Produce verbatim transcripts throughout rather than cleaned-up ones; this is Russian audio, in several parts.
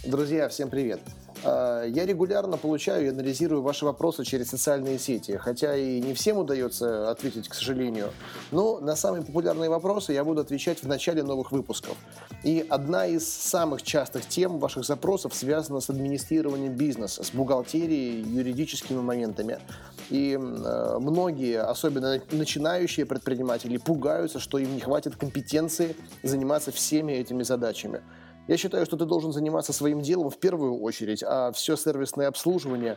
Друзья, всем привет! Я регулярно получаю и анализирую ваши вопросы через социальные сети, хотя и не всем удается ответить, к сожалению, но на самые популярные вопросы я буду отвечать в начале новых выпусков. И одна из самых частых тем ваших запросов связана с администрированием бизнеса, с бухгалтерией, юридическими моментами. И э, многие, особенно начинающие предприниматели, пугаются, что им не хватит компетенции заниматься всеми этими задачами. Я считаю, что ты должен заниматься своим делом в первую очередь, а все сервисное обслуживание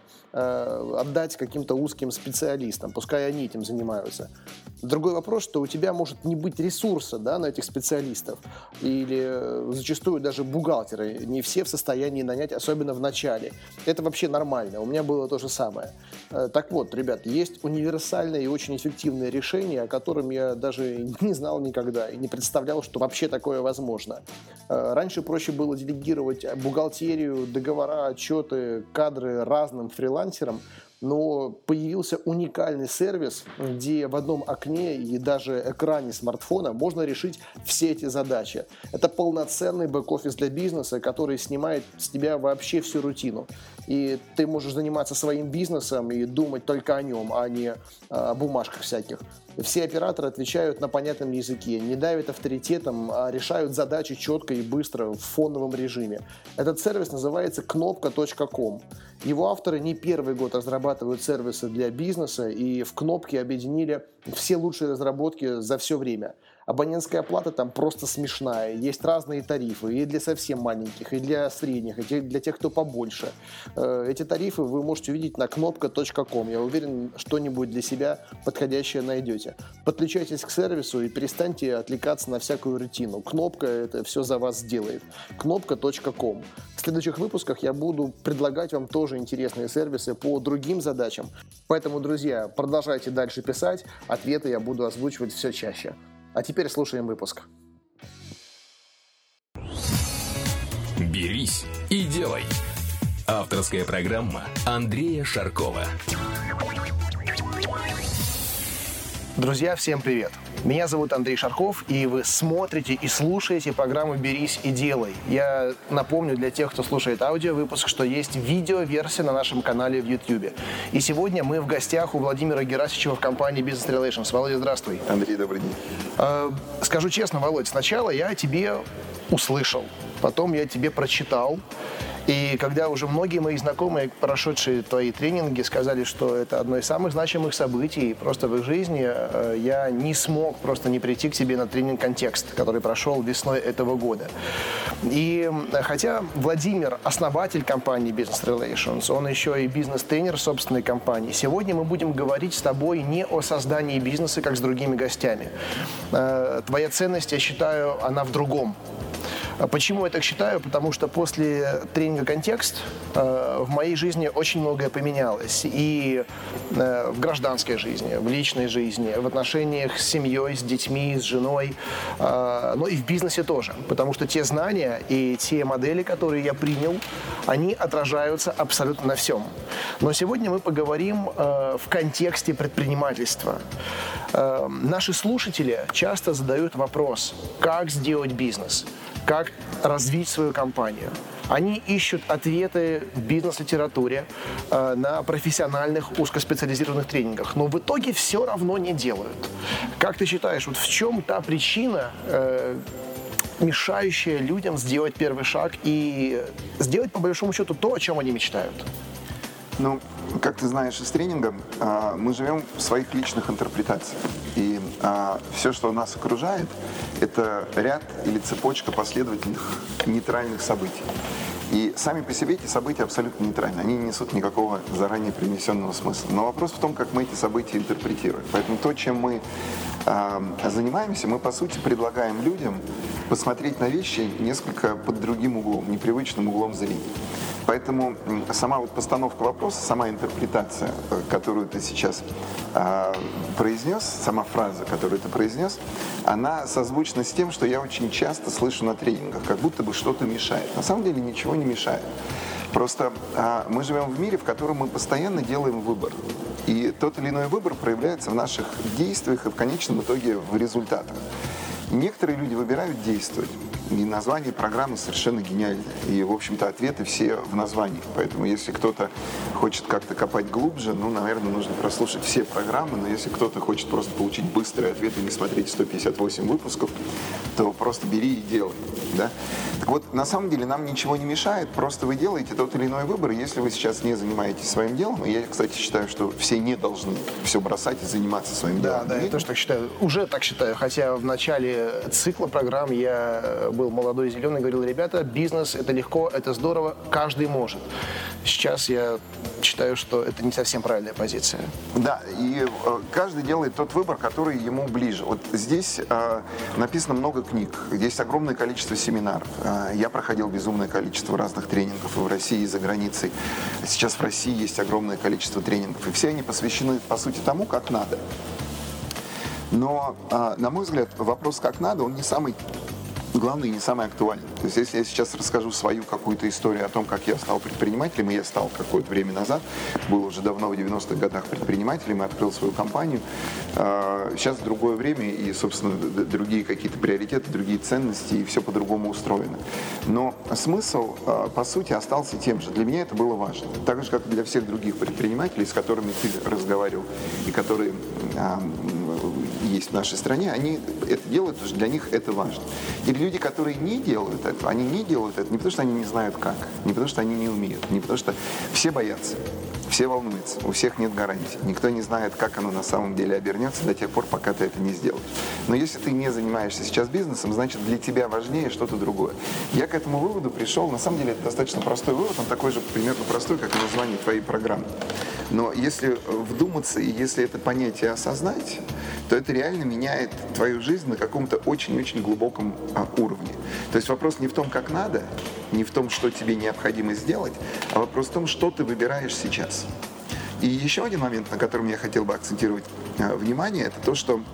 э, отдать каким-то узким специалистам, пускай они этим занимаются. Другой вопрос, что у тебя может не быть ресурса, да, на этих специалистов, или э, зачастую даже бухгалтеры не все в состоянии нанять, особенно в начале. Это вообще нормально, у меня было то же самое. Э, так вот, ребят, есть универсальное и очень эффективное решение, о котором я даже не знал никогда и не представлял, что вообще такое возможно. Э, раньше проще было делегировать бухгалтерию, договора, отчеты, кадры разным фрилансерам, но появился уникальный сервис, где в одном окне и даже экране смартфона можно решить все эти задачи. Это полноценный бэк-офис для бизнеса, который снимает с тебя вообще всю рутину. И ты можешь заниматься своим бизнесом и думать только о нем, а не о бумажках всяких. Все операторы отвечают на понятном языке, не давят авторитетом, а решают задачи четко и быстро в фоновом режиме. Этот сервис называется кнопка точка ком. Его авторы не первый год разрабатывают сервисы для бизнеса, и в Кнопке объединили все лучшие разработки за все время. Абонентская плата там просто смешная, есть разные тарифы, и для совсем маленьких, и для средних, и для тех, кто побольше. Эти тарифы вы можете увидеть на кнопка точка ком. Я уверен, что-нибудь для себя подходящее найдете. Подключайтесь к сервису и перестаньте отвлекаться на всякую рутину. Кнопка это все за вас сделает. кнопка точка ком. В следующих выпусках я буду предлагать вам тоже интересные сервисы по другим задачам. Поэтому, друзья, продолжайте дальше писать, ответы я буду озвучивать все чаще. А теперь слушаем выпуск. «Берись и делай». Авторская программа Андрея Шаркова. Друзья, всем привет! Меня зовут Андрей Шарков, и вы смотрите и слушаете программу «Берись и делай». Я напомню для тех, кто слушает аудиовыпуск, что есть видеоверсия на нашем канале в YouTube. И сегодня мы в гостях у Владимира Герасичева в компании Business Relations. Володя, здравствуй. Андрей, добрый день. Э, скажу честно, Володь, сначала я о тебе услышал, потом я тебе прочитал. И когда уже многие мои знакомые, прошедшие твои тренинги, сказали, что это одно из самых значимых событий просто в их жизни, я не смог просто не прийти к тебе на тренинг «Контекст», который прошел весной этого года. И хотя Владимир – основатель компании Business Relations, он еще и бизнес-тренер собственной компании, сегодня мы будем говорить с тобой не о создании бизнеса, как с другими гостями. Твоя ценность, я считаю, она в другом. Почему я так считаю? Потому что после тренинга «Контекст» э, в моей жизни очень многое поменялось. И э, в гражданской жизни, в личной жизни, в отношениях с семьей, с детьми, с женой, э, но и в бизнесе тоже. Потому что те знания и те модели, которые я принял, они отражаются абсолютно на всем. Но сегодня мы поговорим э, в контексте предпринимательства. Э, наши слушатели часто задают вопрос, как сделать бизнес? Как развить свою компанию. Они ищут ответы в бизнес-литературе, э, на профессиональных узкоспециализированных тренингах, но в итоге все равно не делают. Как ты считаешь, вот в чем та причина, э, мешающая людям сделать первый шаг и сделать, по большому счету, то, о чем они мечтают? Ну, как ты знаешь из тренинга, мы живем в своих личных интерпретациях. И все, что нас окружает, это ряд или цепочка последовательных нейтральных событий. И сами по себе эти события абсолютно нейтральны. Они не несут никакого заранее принесенного смысла. Но вопрос в том, как мы эти события интерпретируем. Поэтому то, чем мы э, занимаемся, мы, по сути, предлагаем людям посмотреть на вещи несколько под другим углом, непривычным углом зрения. Поэтому сама вот постановка вопроса, сама интерпретация, которую ты сейчас э, произнес, сама фраза, которую ты произнес, она созвучна с тем, что я очень часто слышу на тренингах, как будто бы что-то мешает. На самом деле ничего не мешает. Просто э, мы живем в мире, в котором мы постоянно делаем выбор. И тот или иной выбор проявляется в наших действиях и в конечном итоге в результатах. Некоторые люди выбирают действовать, И название программы совершенно гениальное. И, в общем-то, ответы все в названии. Поэтому, если кто-то хочет как-то копать глубже, ну, наверное, нужно прослушать все программы. Но если кто-то хочет просто получить быстрые ответы и не смотреть сто пятьдесят восемь выпусков, то просто бери и делай. Да? Так вот, на самом деле, нам ничего не мешает. Просто вы делаете тот или иной выбор. И если вы сейчас не занимаетесь своим делом, и я, кстати, считаю, что все не должны все бросать и заниматься своим Да, делом. да, я тоже так считаю. Уже так считаю. Хотя в начале цикла программ я был молодой и зеленый, говорил: ребята, бизнес — это легко, это здорово, каждый может. Сейчас я считаю, что это не совсем правильная позиция. Да, и э, каждый делает тот выбор, который ему ближе. Вот здесь э, написано много книг, есть огромное количество семинаров. Э, я проходил безумное количество разных тренингов и в России, и за границей. Сейчас в России есть огромное количество тренингов, и все они посвящены, по сути, тому, как надо. Но, э, на мой взгляд, вопрос «как надо», он не самый главный и не самый актуальный. То есть, если я сейчас расскажу свою какую-то историю о том, как я стал предпринимателем, и я стал какое-то время назад, был уже давно в девяностых годах предпринимателем и открыл свою компанию. Сейчас другое время и, собственно, другие какие-то приоритеты, другие ценности, и все по-другому устроено. Но смысл, по сути, остался тем же. Для меня это было важно. Так же, как и для всех других предпринимателей, с которыми ты разговаривал, и которые есть в нашей стране, они это делают, потому что для них это важно. И люди, которые не делают этого, они не делают это не потому, что они не знают как, не потому, что они не умеют, не потому, что все боятся, все волнуются, у всех нет гарантий. Никто не знает, как оно на самом деле обернется до тех пор, пока ты это не сделаешь. Но если ты не занимаешься сейчас бизнесом, значит, для тебя важнее что-то другое. Я к этому выводу пришел, на самом деле, это достаточно простой вывод, он такой же примерно простой, как и название твоей программы. Но если вдуматься и если это понятие осознать, то это реально меняет твою жизнь на каком-то очень-очень глубоком а, уровне. То есть вопрос не в том, как надо, не в том, что тебе необходимо сделать, а вопрос в том, что ты выбираешь сейчас. И еще один момент, на котором я хотел бы акцентировать а, внимание, это то, что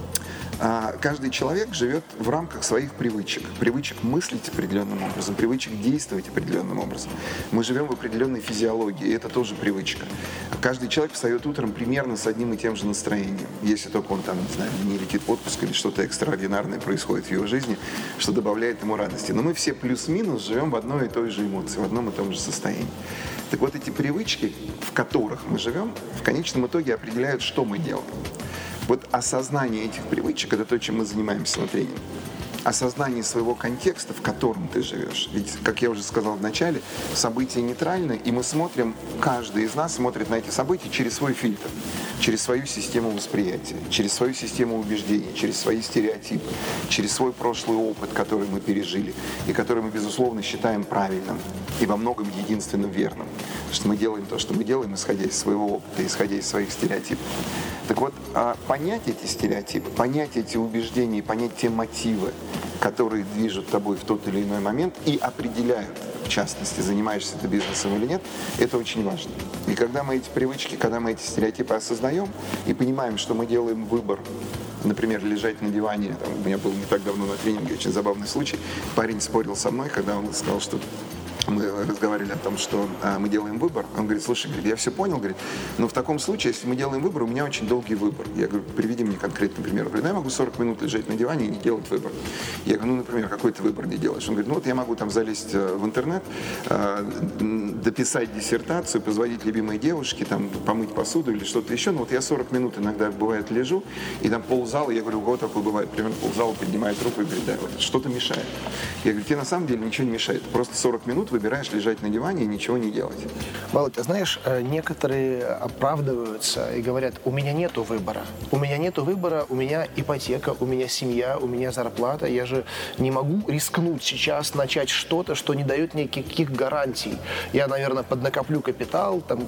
а, каждый человек живет в рамках своих привычек. Привычек мыслить определенным образом, привычек действовать определенным образом. Мы живем в определенной физиологии, и это тоже привычка. Каждый человек встает утром примерно с одним и тем же настроением. Если только он там, не знаю, не летит в отпуск или что-то экстраординарное происходит в его жизни, что добавляет ему радости. Но мы все плюс-минус живем в одной и той же эмоции, в одном и том же состоянии. Так вот, эти привычки, в которых мы живем, в конечном итоге определяют, что мы делаем. Вот осознание этих привычек – это то, чем мы занимаемся на тренинге. Осознание своего контекста, в котором ты живешь. Ведь, как я уже сказал в начале, события нейтральны, и мы смотрим, каждый из нас смотрит на эти события через свой фильтр, через свою систему восприятия, через свою систему убеждений, через свои стереотипы, через свой прошлый опыт, который мы пережили, и который мы, безусловно, считаем правильным и во многом единственным верным. Потому что мы делаем то, что мы делаем, исходя из своего опыта, исходя из своих стереотипов. Так вот, понять эти стереотипы, понять эти убеждения, понять те мотивы, которые движут тобой в тот или иной момент и определяют, в частности, занимаешься ты бизнесом или нет, это очень важно. И когда мы эти привычки, когда мы эти стереотипы осознаем и понимаем, что мы делаем выбор, например, лежать на диване, там, у меня был не так давно на тренинге очень забавный случай, парень спорил со мной, когда он сказал, что мы разговаривали о том, что а, мы делаем выбор. Он говорит: слушай, говорит, я все понял, говорит, но в таком случае, если мы делаем выбор, у меня очень долгий выбор. Я говорю: приведи мне конкретный пример. Он говорит: ну, я могу сорок минут лежать на диване и не делать выбор. Я говорю: ну, например, какой ты выбор не делаешь? Он говорит: ну, вот я могу там залезть в интернет, э, дописать диссертацию, позвонить любимой девушке, там, помыть посуду или что-то еще. Но вот я сорок минут иногда, бывает, лежу, и там ползала, я говорю: у кого такое бывает? Примерно ползала поднимает руку и говорит: да, вот что-то мешает. Я говорю: тебе на самом деле ничего не мешает. Просто сорок минут выбираешь лежать на диване и ничего не делать. Володь, ты знаешь, некоторые оправдываются и говорят: у меня нету выбора. У меня нету выбора, у меня ипотека, у меня семья, у меня зарплата. Я же не могу рискнуть сейчас начать что-то, что не дает никаких гарантий. Я, наверное, поднакоплю капитал там,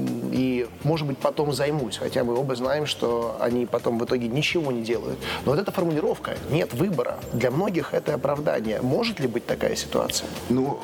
и, может быть, потом займусь. Хотя мы оба знаем, что они потом в итоге ничего не делают. Но вот эта формулировка «нет выбора» для многих это оправдание. Может ли быть такая ситуация? Ну,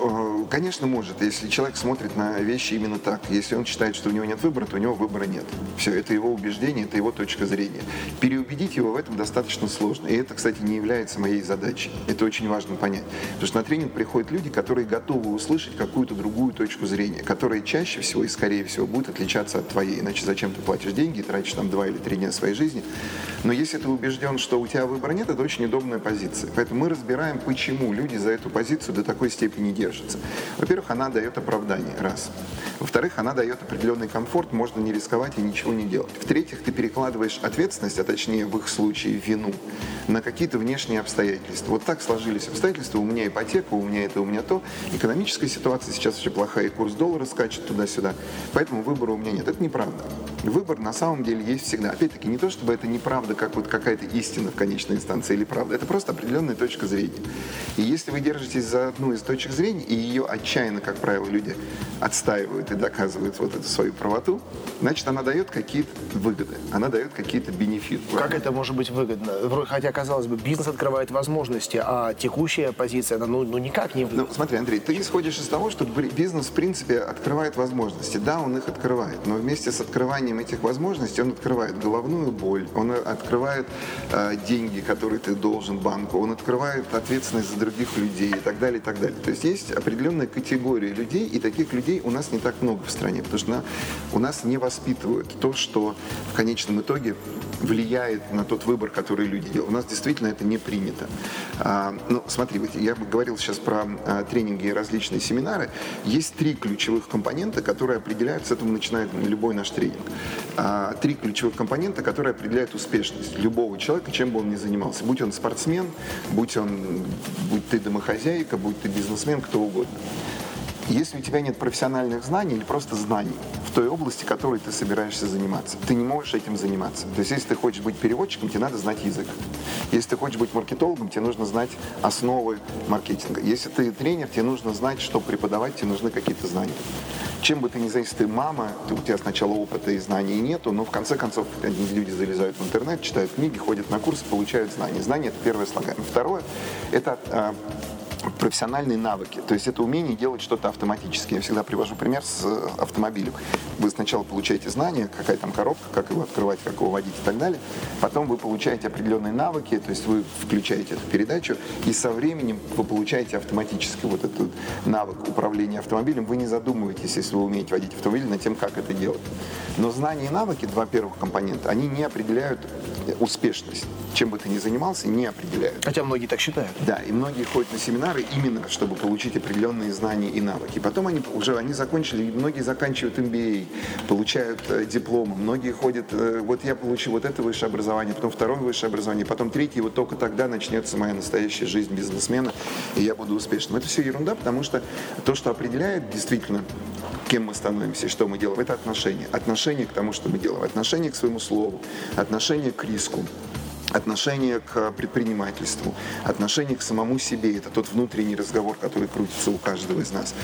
конечно, может, если человек смотрит на вещи именно так. Если он считает, что у него нет выбора, то у него выбора нет. Все, это его убеждение, это его точка зрения. Переубедить его в этом достаточно сложно. И это, кстати, не является моей задачей. Это очень важно понять. Потому что на тренинг приходят люди, которые готовы услышать какую-то другую точку зрения, которая чаще всего и, скорее всего, будет отличаться от твоей. Иначе зачем ты платишь деньги и тратишь там два или три дня своей жизни. Но если ты убежден, что у тебя выбора нет, это очень удобная позиция. Поэтому мы разбираем, почему люди за эту позицию до такой степени держатся. Во-первых, она дает оправдание, раз. Во-вторых, она дает определенный комфорт, можно не рисковать и ничего не делать. В-третьих, ты перекладываешь ответственность, а точнее в их случае вину, на какие-то внешние обстоятельства. Вот так сложились обстоятельства, у меня ипотека, у меня это, у меня то. Экономическая ситуация сейчас очень плохая, и курс доллара скачет туда-сюда, поэтому выбора у меня нет. Это неправда. Выбор на самом деле есть всегда. Опять-таки, не то, чтобы это неправда, как вот какая-то истина в конечной инстанции или правда, это просто определенная точка зрения. И если вы держитесь за одну из точек зрения, и ее отчаянно, как правило, люди отстаивают и доказывают вот эту свою правоту, значит, она дает какие-то выгоды, она дает какие-то бенефиты. Как это может быть выгодно? Хотя, казалось бы, бизнес открывает возможности, а текущая позиция, она ну, ну никак не выгодна. Ну, смотри, Андрей, ты исходишь из того, что бизнес, в принципе, открывает возможности. Да, он их открывает, но вместе с открыванием этих возможностей он открывает головную боль, он открывает э, деньги, которые ты должен банку, он открывает ответственность за других людей и так далее, и так далее. То есть есть определенная категория людей, и таких людей у нас не так много в стране, потому что на, у нас не воспитывают то, что в конечном итоге влияет на тот выбор, который люди делают. У нас действительно это не принято. А, ну, смотри, вот я говорил сейчас про а, тренинги и различные семинары. Есть три ключевых компонента, которые определяют, с этого начинает любой наш тренинг. А, три ключевых компонента, которые определяют успешность любого человека, чем бы он ни занимался. Будь он спортсмен, будь он, будь ты домохозяйка, будь ты бизнесмен, кто угодно. Если у тебя нет профессиональных знаний или просто знаний в той области, которой ты собираешься заниматься, ты не можешь этим заниматься. То есть, если ты хочешь быть переводчиком, тебе надо знать язык. Если ты хочешь быть маркетологом, тебе нужно знать основы маркетинга. Если ты тренер, тебе нужно знать, что преподавать, тебе нужны какие-то знания. Чем бы ты ни занялся, ты мама, ты, у тебя сначала опыта и знаний нету, но в конце концов одни люди залезают в интернет, читают книги, ходят на курсы, получают знания. Знания – это первое слагаемое. Второе – это а, профессиональные навыки. То есть это умение делать что-то автоматически. Я всегда привожу пример с автомобилем. Вы сначала получаете знания, какая там коробка, как его открывать, как его водить и так далее. Потом вы получаете определенные навыки, то есть вы включаете эту передачу, и со временем вы получаете автоматически вот этот навык управления автомобилем. Вы не задумываетесь, если вы умеете водить автомобиль, над тем, как это делать. Но знания и навыки, два первых компонента, они не определяют успешность. Чем бы ты ни занимался, не определяют. Хотя многие так считают. Да, и многие ходят на семинары именно, чтобы получить определенные знания и навыки. Потом они уже они закончили, многие заканчивают эм би эй, получают э, дипломы, многие ходят, э, вот я получу вот это высшее образование, потом второе высшее образование, потом третье, и вот только тогда начнется моя настоящая жизнь бизнесмена, и я буду успешным. Это все ерунда, потому что то, что определяет действительно, кем мы становимся и что мы делаем, это отношение. Отношение к тому, что мы делаем, отношение к своему слову, отношение к риску, отношение к предпринимательству, отношение к самому себе. Это тот внутренний разговор, который крутится у каждого из нас.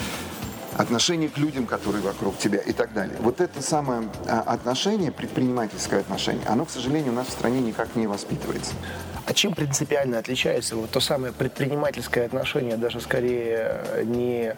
Отношение к людям, которые вокруг тебя и так далее. Вот это самое отношение, предпринимательское отношение, оно, к сожалению, у нас в стране никак не воспитывается. А чем принципиально отличается вот то самое предпринимательское отношение, даже скорее не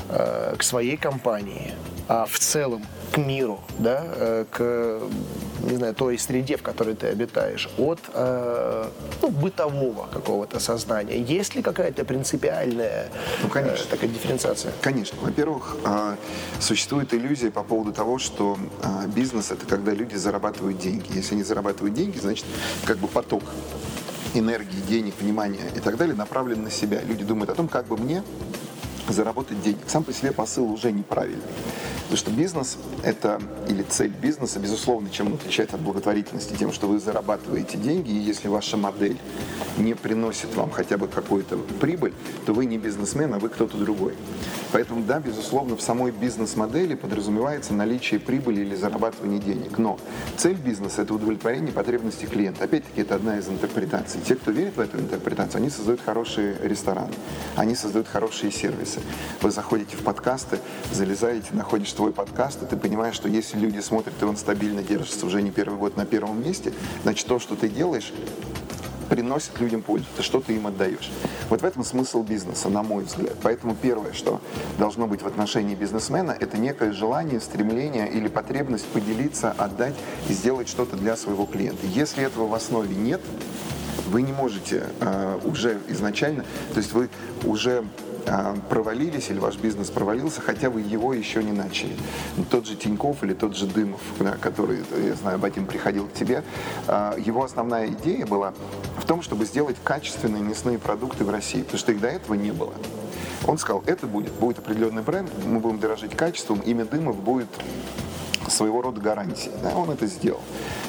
э, к своей компании, а в целом к миру, да, э, к, не знаю, той среде, в которой ты обитаешь, от э, ну, бытового какого-то сознания? Есть ли какая-то принципиальная ну, конечно. э, такая дифференциация? Конечно. Во-первых, э, существует иллюзия по поводу того, что э, бизнес – это когда люди зарабатывают деньги. Если они зарабатывают деньги, значит, как бы поток энергии, денег, внимания и так далее направлен на себя. Люди думают о том, как бы мне заработать денег. Сам по себе посыл уже неправильный. Потому что бизнес – это, или цель бизнеса, безусловно, чем он отличается от благотворительности, тем, что вы зарабатываете деньги, и если ваша модель не приносит вам хотя бы какую-то прибыль, то вы не бизнесмен, а вы кто-то другой. Поэтому, да, безусловно, в самой бизнес-модели подразумевается наличие прибыли или зарабатывание денег. Но цель бизнеса – это удовлетворение потребностей клиента. Опять-таки, это одна из интерпретаций. Те, кто верит в эту интерпретацию, они создают хорошие рестораны, они создают хорошие сервисы. Вы заходите в подкасты, залезаете, находишь твой подкаст, и ты понимаешь, что если люди смотрят, и он стабильно держится уже не первый год на первом месте, значит, то, что ты делаешь, приносит людям пользу, ты что-то им отдаешь. Вот в этом смысл бизнеса, на мой взгляд. Поэтому первое, что должно быть в отношении бизнесмена, это некое желание, стремление или потребность поделиться, отдать и сделать что-то для своего клиента. Если этого в основе нет, вы не можете э, уже изначально, то есть вы уже э, провалились или ваш бизнес провалился, хотя вы его еще не начали. Тот же Тинькофф или тот же Дымов, да, который, я знаю, Батин приходил к тебе, э, его основная идея была в том, чтобы сделать качественные мясные продукты в России, потому что их до этого не было. Он сказал, это будет, будет определенный бренд, мы будем дорожить качеством, имя Дымов будет своего рода гарантией. Да, он это сделал.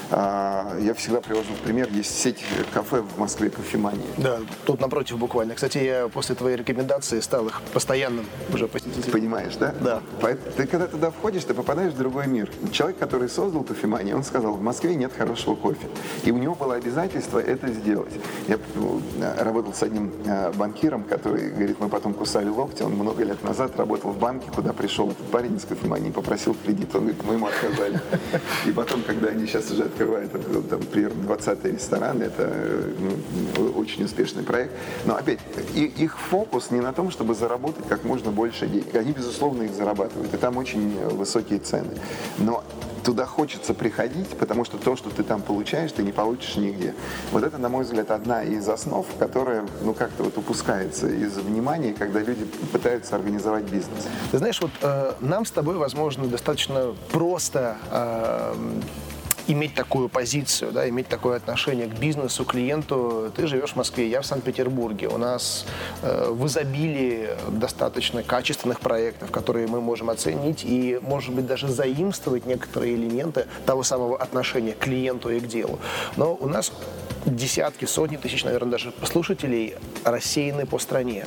Я всегда привожу в пример, есть сеть кафе в Москве, кофемания. Да, тут напротив буквально. Кстати, я после твоей рекомендации стал их постоянным уже посетителем. Понимаешь, да? Да. Ты когда туда входишь, ты попадаешь в другой мир. Человек, который создал кофеманию, он сказал, в Москве нет хорошего кофе. И у него было обязательство это сделать. Я работал с одним банкиром, который говорит, мы потом кусали локти. Он много лет назад работал в банке, куда пришел этот парень из кофемании и попросил кредит. Он говорит, мы ему отказали. И потом, когда они сейчас уже открывают, там, например, двадцатый ресторан, это ну, очень успешный проект. Но опять, и, их фокус не на том, чтобы заработать как можно больше денег. Они, безусловно, их зарабатывают, и там очень высокие цены. Но туда хочется приходить, потому что то, что ты там получаешь, ты не получишь нигде. Вот это, на мой взгляд, одна из основ, которая, ну, как-то вот упускается из внимания, когда люди пытаются организовать бизнес. Ты знаешь, вот э, нам с тобой, возможно, достаточно просто э, иметь такую позицию, да, иметь такое отношение к бизнесу, клиенту. Ты живешь в Москве, я в Санкт-Петербурге. У нас э, в изобилии достаточно качественных проектов, которые мы можем оценить и, может быть, даже заимствовать некоторые элементы того самого отношения к клиенту и к делу. Но у нас десятки, сотни тысяч, наверное, даже слушателей рассеяны по стране.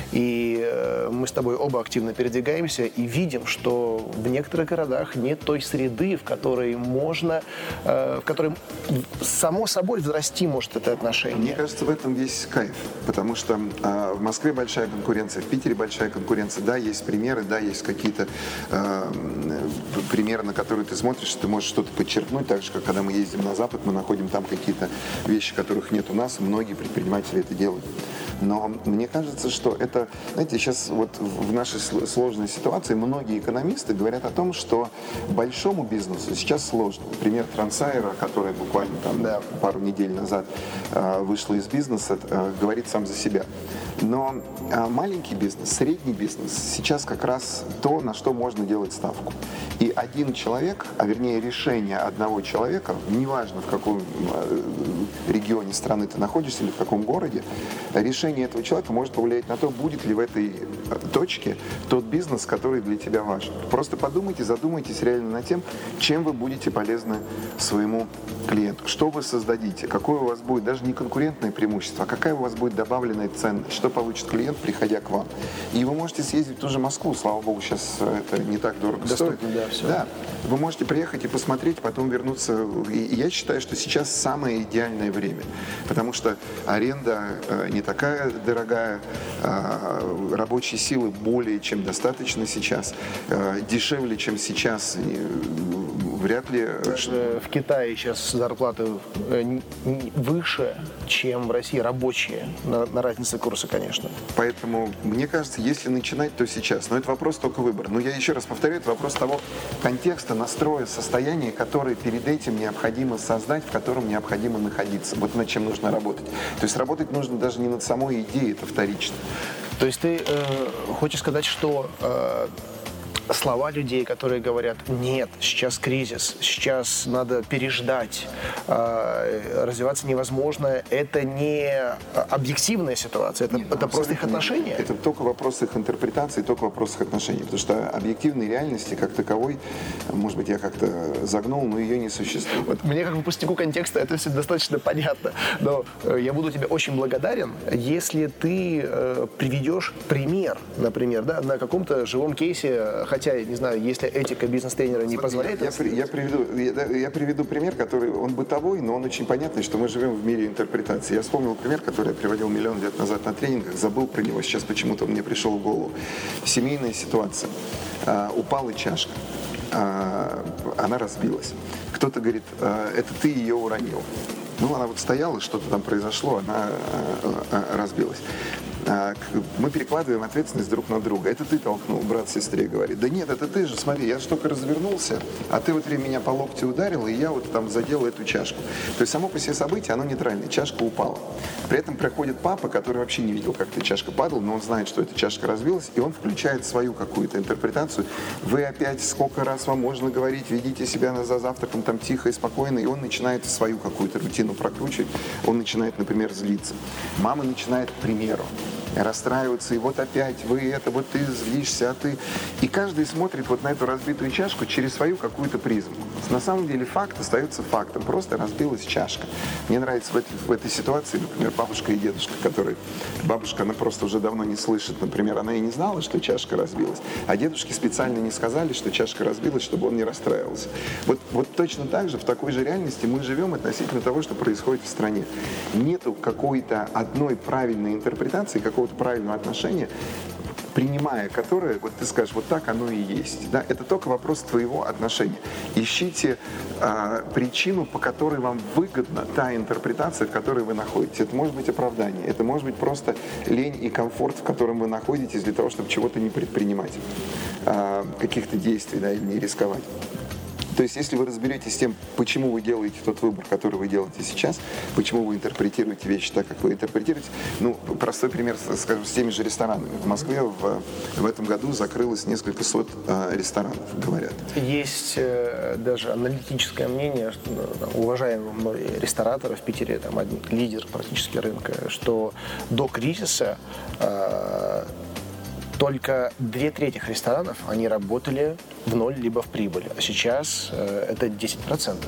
И э, мы с тобой оба активно передвигаемся и видим, что в некоторых городах нет той среды, в которой можно, э, в которой само собой взрасти может это отношение. Мне кажется, в этом весь кайф, потому что э, в Москве большая конкуренция, в Питере большая конкуренция. Да, есть примеры, да, есть какие-то э, примеры, на которые ты смотришь, ты можешь что-то подчеркнуть, так же, как когда мы ездим на Запад, мы находим там какие-то вещи, которых нет у нас, многие предприниматели это делают. Но мне кажется, что это, знаете, сейчас вот в нашей сложной ситуации многие экономисты говорят о том, что большому бизнесу сейчас сложно. Например, Трансайра, которая буквально там, да, пару недель назад э, вышла из бизнеса, э, говорит сам за себя. Но э, маленький бизнес, средний бизнес сейчас как раз то, на что можно делать ставку. И один человек, а вернее решение одного человека, неважно в каком э, регионе страны ты находишься или в каком городе, решение этого человека может повлиять на то, будет ли в этой точке тот бизнес, который для тебя важен. Просто подумайте, задумайтесь реально над тем, чем вы будете полезны своему клиенту, что вы создадите, какое у вас будет даже не конкурентное преимущество, а какая у вас будет добавленная ценность, что получит клиент, приходя к вам. И вы можете съездить в ту же Москву, слава богу, сейчас это не так дорого стоит. Да, все. Да, вы можете приехать и посмотреть, потом вернуться. И я считаю, что сейчас самое идеальное время, потому что аренда э, не такая дорогая, э, рабочей силы более чем достаточно сейчас, э, дешевле, чем сейчас, э, вряд ли. Даже в Китае сейчас зарплаты э, выше, чем в России, рабочие, на, на разнице курса, конечно. Поэтому, мне кажется, если начинать, то сейчас. Но это вопрос только выбора. Но я еще раз повторяю, это вопрос того контекста, настроя, состояния, которое перед этим необходимо создать, в котором необходимо находиться. Вот над чем нужно работать. То есть работать нужно даже не над самой идеей, это вторично. То есть ты э, хочешь сказать, что э, слова людей, которые говорят, нет, сейчас кризис, сейчас надо переждать, э, развиваться невозможно, это не объективная ситуация, это, нет, это просто их отношения? Нет. Это только вопрос их интерпретации, только вопрос их отношений, потому что объективной реальности как таковой, может быть, я как-то загнул, но ее не существует. Вот мне как выпускнику контекста это все достаточно понятно, но э, я буду тебе очень благодарен, если ты э, приведешь пример, например, да, на каком-то живом кейсе, хотя, не знаю, если этика бизнес-тренера не позволяет... Я, я, я, приведу, я, я приведу пример, который, он бытовой, но он очень понятный, что мы живем в мире интерпретации. Я вспомнил пример, который я приводил миллион лет назад на тренингах, забыл про него, сейчас почему-то он мне пришел в голову. Семейная ситуация. А, упала чашка, а, она разбилась. Кто-то говорит, а, это ты ее уронил. Ну, она вот стояла, что-то там произошло, она разбилась. Мы перекладываем ответственность друг на друга. Это ты толкнул, брат сестре говорит. Да нет, это ты же, смотри, я же только развернулся, а ты в это время меня по локте ударил, и я вот там задел эту чашку. То есть само по себе событие, оно нейтральное, чашка упала. При этом приходит папа, который вообще не видел, как эта чашка падала, но он знает, что эта чашка разбилась, и он включает свою какую-то интерпретацию. Вы опять, сколько раз вам можно говорить, ведите себя за завтраком там тихо и спокойно, и он начинает свою какую-то рутину прокручивать. Он начинает, например, злиться. Мама начинает, к примеру, расстраиваться, и вот опять вы это, вот ты злишься, а ты... И каждый смотрит вот на эту разбитую чашку через свою какую-то призму. На самом деле факт остается фактом, просто разбилась чашка. Мне нравится в этой, в этой ситуации, например, бабушка и дедушка, которые... Бабушка, она просто уже давно не слышит, например, она и не знала, что чашка разбилась, а дедушке специально не сказали, что чашка разбилась, чтобы он не расстраивался. Вот, вот точно так же, в такой же реальности мы живем относительно того, что происходит в стране. Нету какой-то одной правильной интерпретации, какого правильного отношения, принимая которое, вот ты скажешь, вот так оно и есть. Да? Это только вопрос твоего отношения. Ищите э, причину, по которой вам выгодна та интерпретация, в которой вы находитесь. Это может быть оправдание, это может быть просто лень и комфорт, в котором вы находитесь для того, чтобы чего-то не предпринимать, э, каких-то действий, да, или не рисковать. То есть, если вы разберетесь с тем, почему вы делаете тот выбор, который вы делаете сейчас, почему вы интерпретируете вещи так, как вы интерпретируете, ну, простой пример, скажем, с теми же ресторанами. В Москве в, в этом году закрылось несколько сот э, ресторанов, говорят. Есть э, даже аналитическое мнение, что, там, уважаемых рестораторов в Питере, там, один лидер практически рынка, что до кризиса э, только две трети ресторанов, они работали в ноль либо в прибыль, а сейчас э, это десять процентов.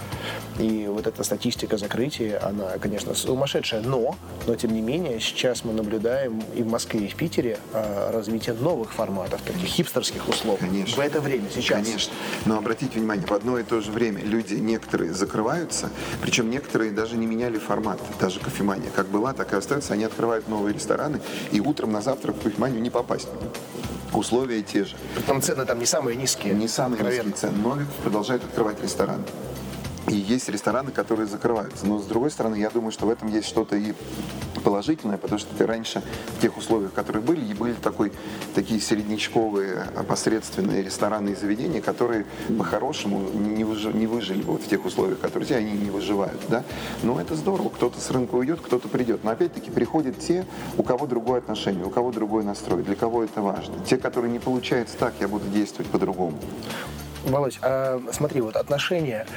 И вот эта статистика закрытия, она, конечно, сумасшедшая, но, но тем не менее, сейчас мы наблюдаем и в Москве, и в Питере э, развитие новых форматов, таких хипстерских условий. Конечно. В это время, сейчас. Конечно. Но обратите внимание, в одно и то же время люди, некоторые закрываются, причем некоторые даже не меняли формат, даже кофемания. Как была, так и остается, они открывают новые рестораны, и утром на завтрак в кофеманию не попасть. Условия те же. Там цены там не самые низкие. Не самые наверное. низкие цены, но продолжают открывать рестораны. И есть рестораны, которые закрываются. Но, с другой стороны, я думаю, что в этом есть что-то и положительное, потому что ты раньше в тех условиях, которые были, и были такой, такие среднячковые, посредственные рестораны и заведения, которые по-хорошему не, выжи, не выжили вот в тех условиях, которые те, они не выживают. Да? Но это здорово. Кто-то с рынка уйдет, кто-то придет. Но опять-таки приходят те, у кого другое отношение, у кого другой настрой, для кого это важно. Те, которые не получается так, я буду действовать по-другому. Володь, а смотри, вот отношение,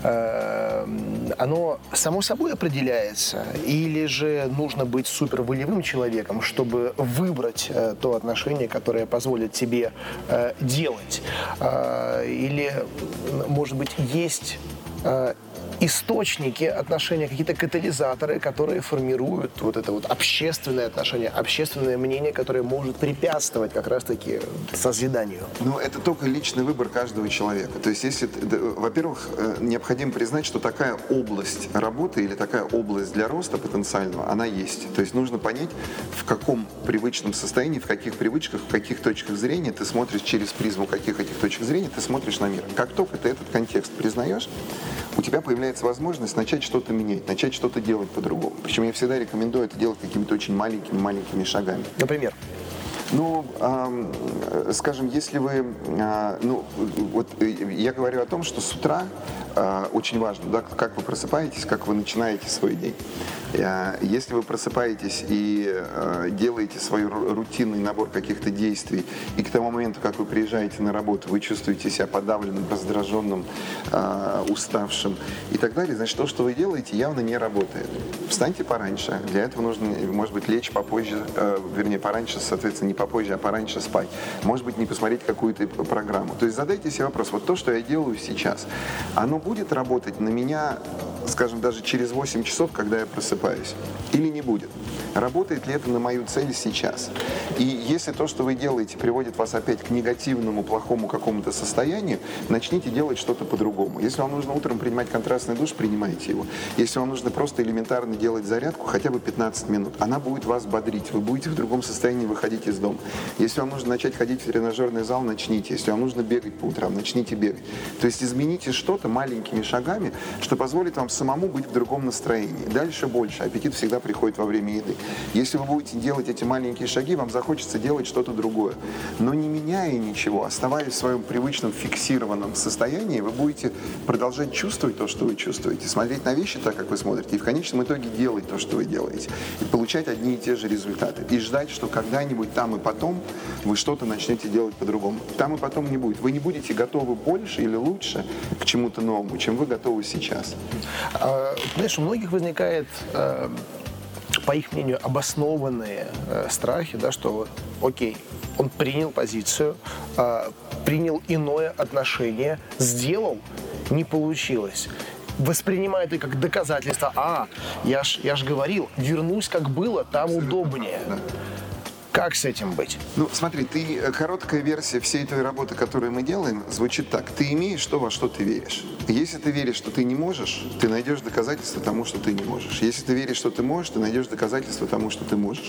э, оно само собой определяется, или же нужно быть супер волевым человеком, чтобы выбрать э, то отношение, которое позволит тебе э, делать? Э, или, может быть, есть э, источники отношения, какие-то катализаторы, которые формируют вот это вот общественное отношение, общественное мнение, которое может препятствовать как раз-таки созиданию. Ну, это только личный выбор каждого человека. То есть, если, во-первых, необходимо признать, что такая область работы или такая область для роста потенциального, она есть. То есть, нужно понять, в каком привычном состоянии, в каких привычках, в каких точках зрения ты смотришь через призму каких этих точек зрения ты смотришь на мир. Как только ты этот контекст признаешь, у тебя появляется возможность начать что-то менять, начать что-то делать по-другому. Причем я всегда рекомендую это делать какими-то очень маленькими-маленькими шагами. Например? Ну, э, скажем, если вы, э, ну, вот я говорю о том, что с утра э, очень важно, да, как вы просыпаетесь, как вы начинаете свой день. Э, если вы просыпаетесь и э, делаете свой рутинный набор каких-то действий, и к тому моменту, как вы приезжаете на работу, вы чувствуете себя подавленным, раздраженным, э, уставшим и так далее, значит, то, что вы делаете, явно не работает. Встаньте пораньше. Для этого нужно, может быть, лечь попозже, э, вернее, пораньше, соответственно, не попозже, а пораньше спать. Может быть, не посмотреть какую-то программу. То есть задайте себе вопрос, вот то, что я делаю сейчас, оно будет работать на меня, скажем, даже через восемь часов, когда я просыпаюсь, или не будет? Работает ли это на мою цель сейчас? И если то, что вы делаете, приводит вас опять к негативному, плохому какому-то состоянию, начните делать что-то по-другому. Если вам нужно утром принимать контрастный душ, принимайте его. Если вам нужно просто элементарно делать зарядку, хотя бы пятнадцать минут, она будет вас бодрить, вы будете в другом состоянии выходить из дома. Если вам нужно начать ходить в тренажерный зал, начните. Если вам нужно бегать по утрам, начните бегать. То есть измените что-то маленькое, маленькими шагами, что позволит вам самому быть в другом настроении. Дальше больше. Аппетит всегда приходит во время еды. Если вы будете делать эти маленькие шаги, вам захочется делать что-то другое. Но не меняя ничего, оставаясь в своем привычном фиксированном состоянии, вы будете продолжать чувствовать то, что вы чувствуете, смотреть на вещи так, как вы смотрите, и в конечном итоге делать то, что вы делаете, и получать одни и те же результаты. И ждать, что когда-нибудь там и потом вы что-то начнете делать по-другому. Там и потом не будет. Вы не будете готовы больше или лучше к чему-то новому, чем вы готовы сейчас. А, знаешь, у многих возникает, э, по их мнению, обоснованные э, страхи, да, что вот, окей, он принял позицию, э, принял иное отношение, сделал, не получилось. Воспринимает это как доказательство. А, я ж, я ж говорил, вернусь как было, там удобнее. Да. Как с этим быть? Ну, смотри, ты, короткая версия всей той работы, которую мы делаем, звучит так. Ты имеешь то, во что ты веришь. Если ты веришь, что ты не можешь, ты найдешь доказательства тому, что ты не можешь. Если ты веришь, что ты можешь, ты найдешь доказательства тому, что ты можешь.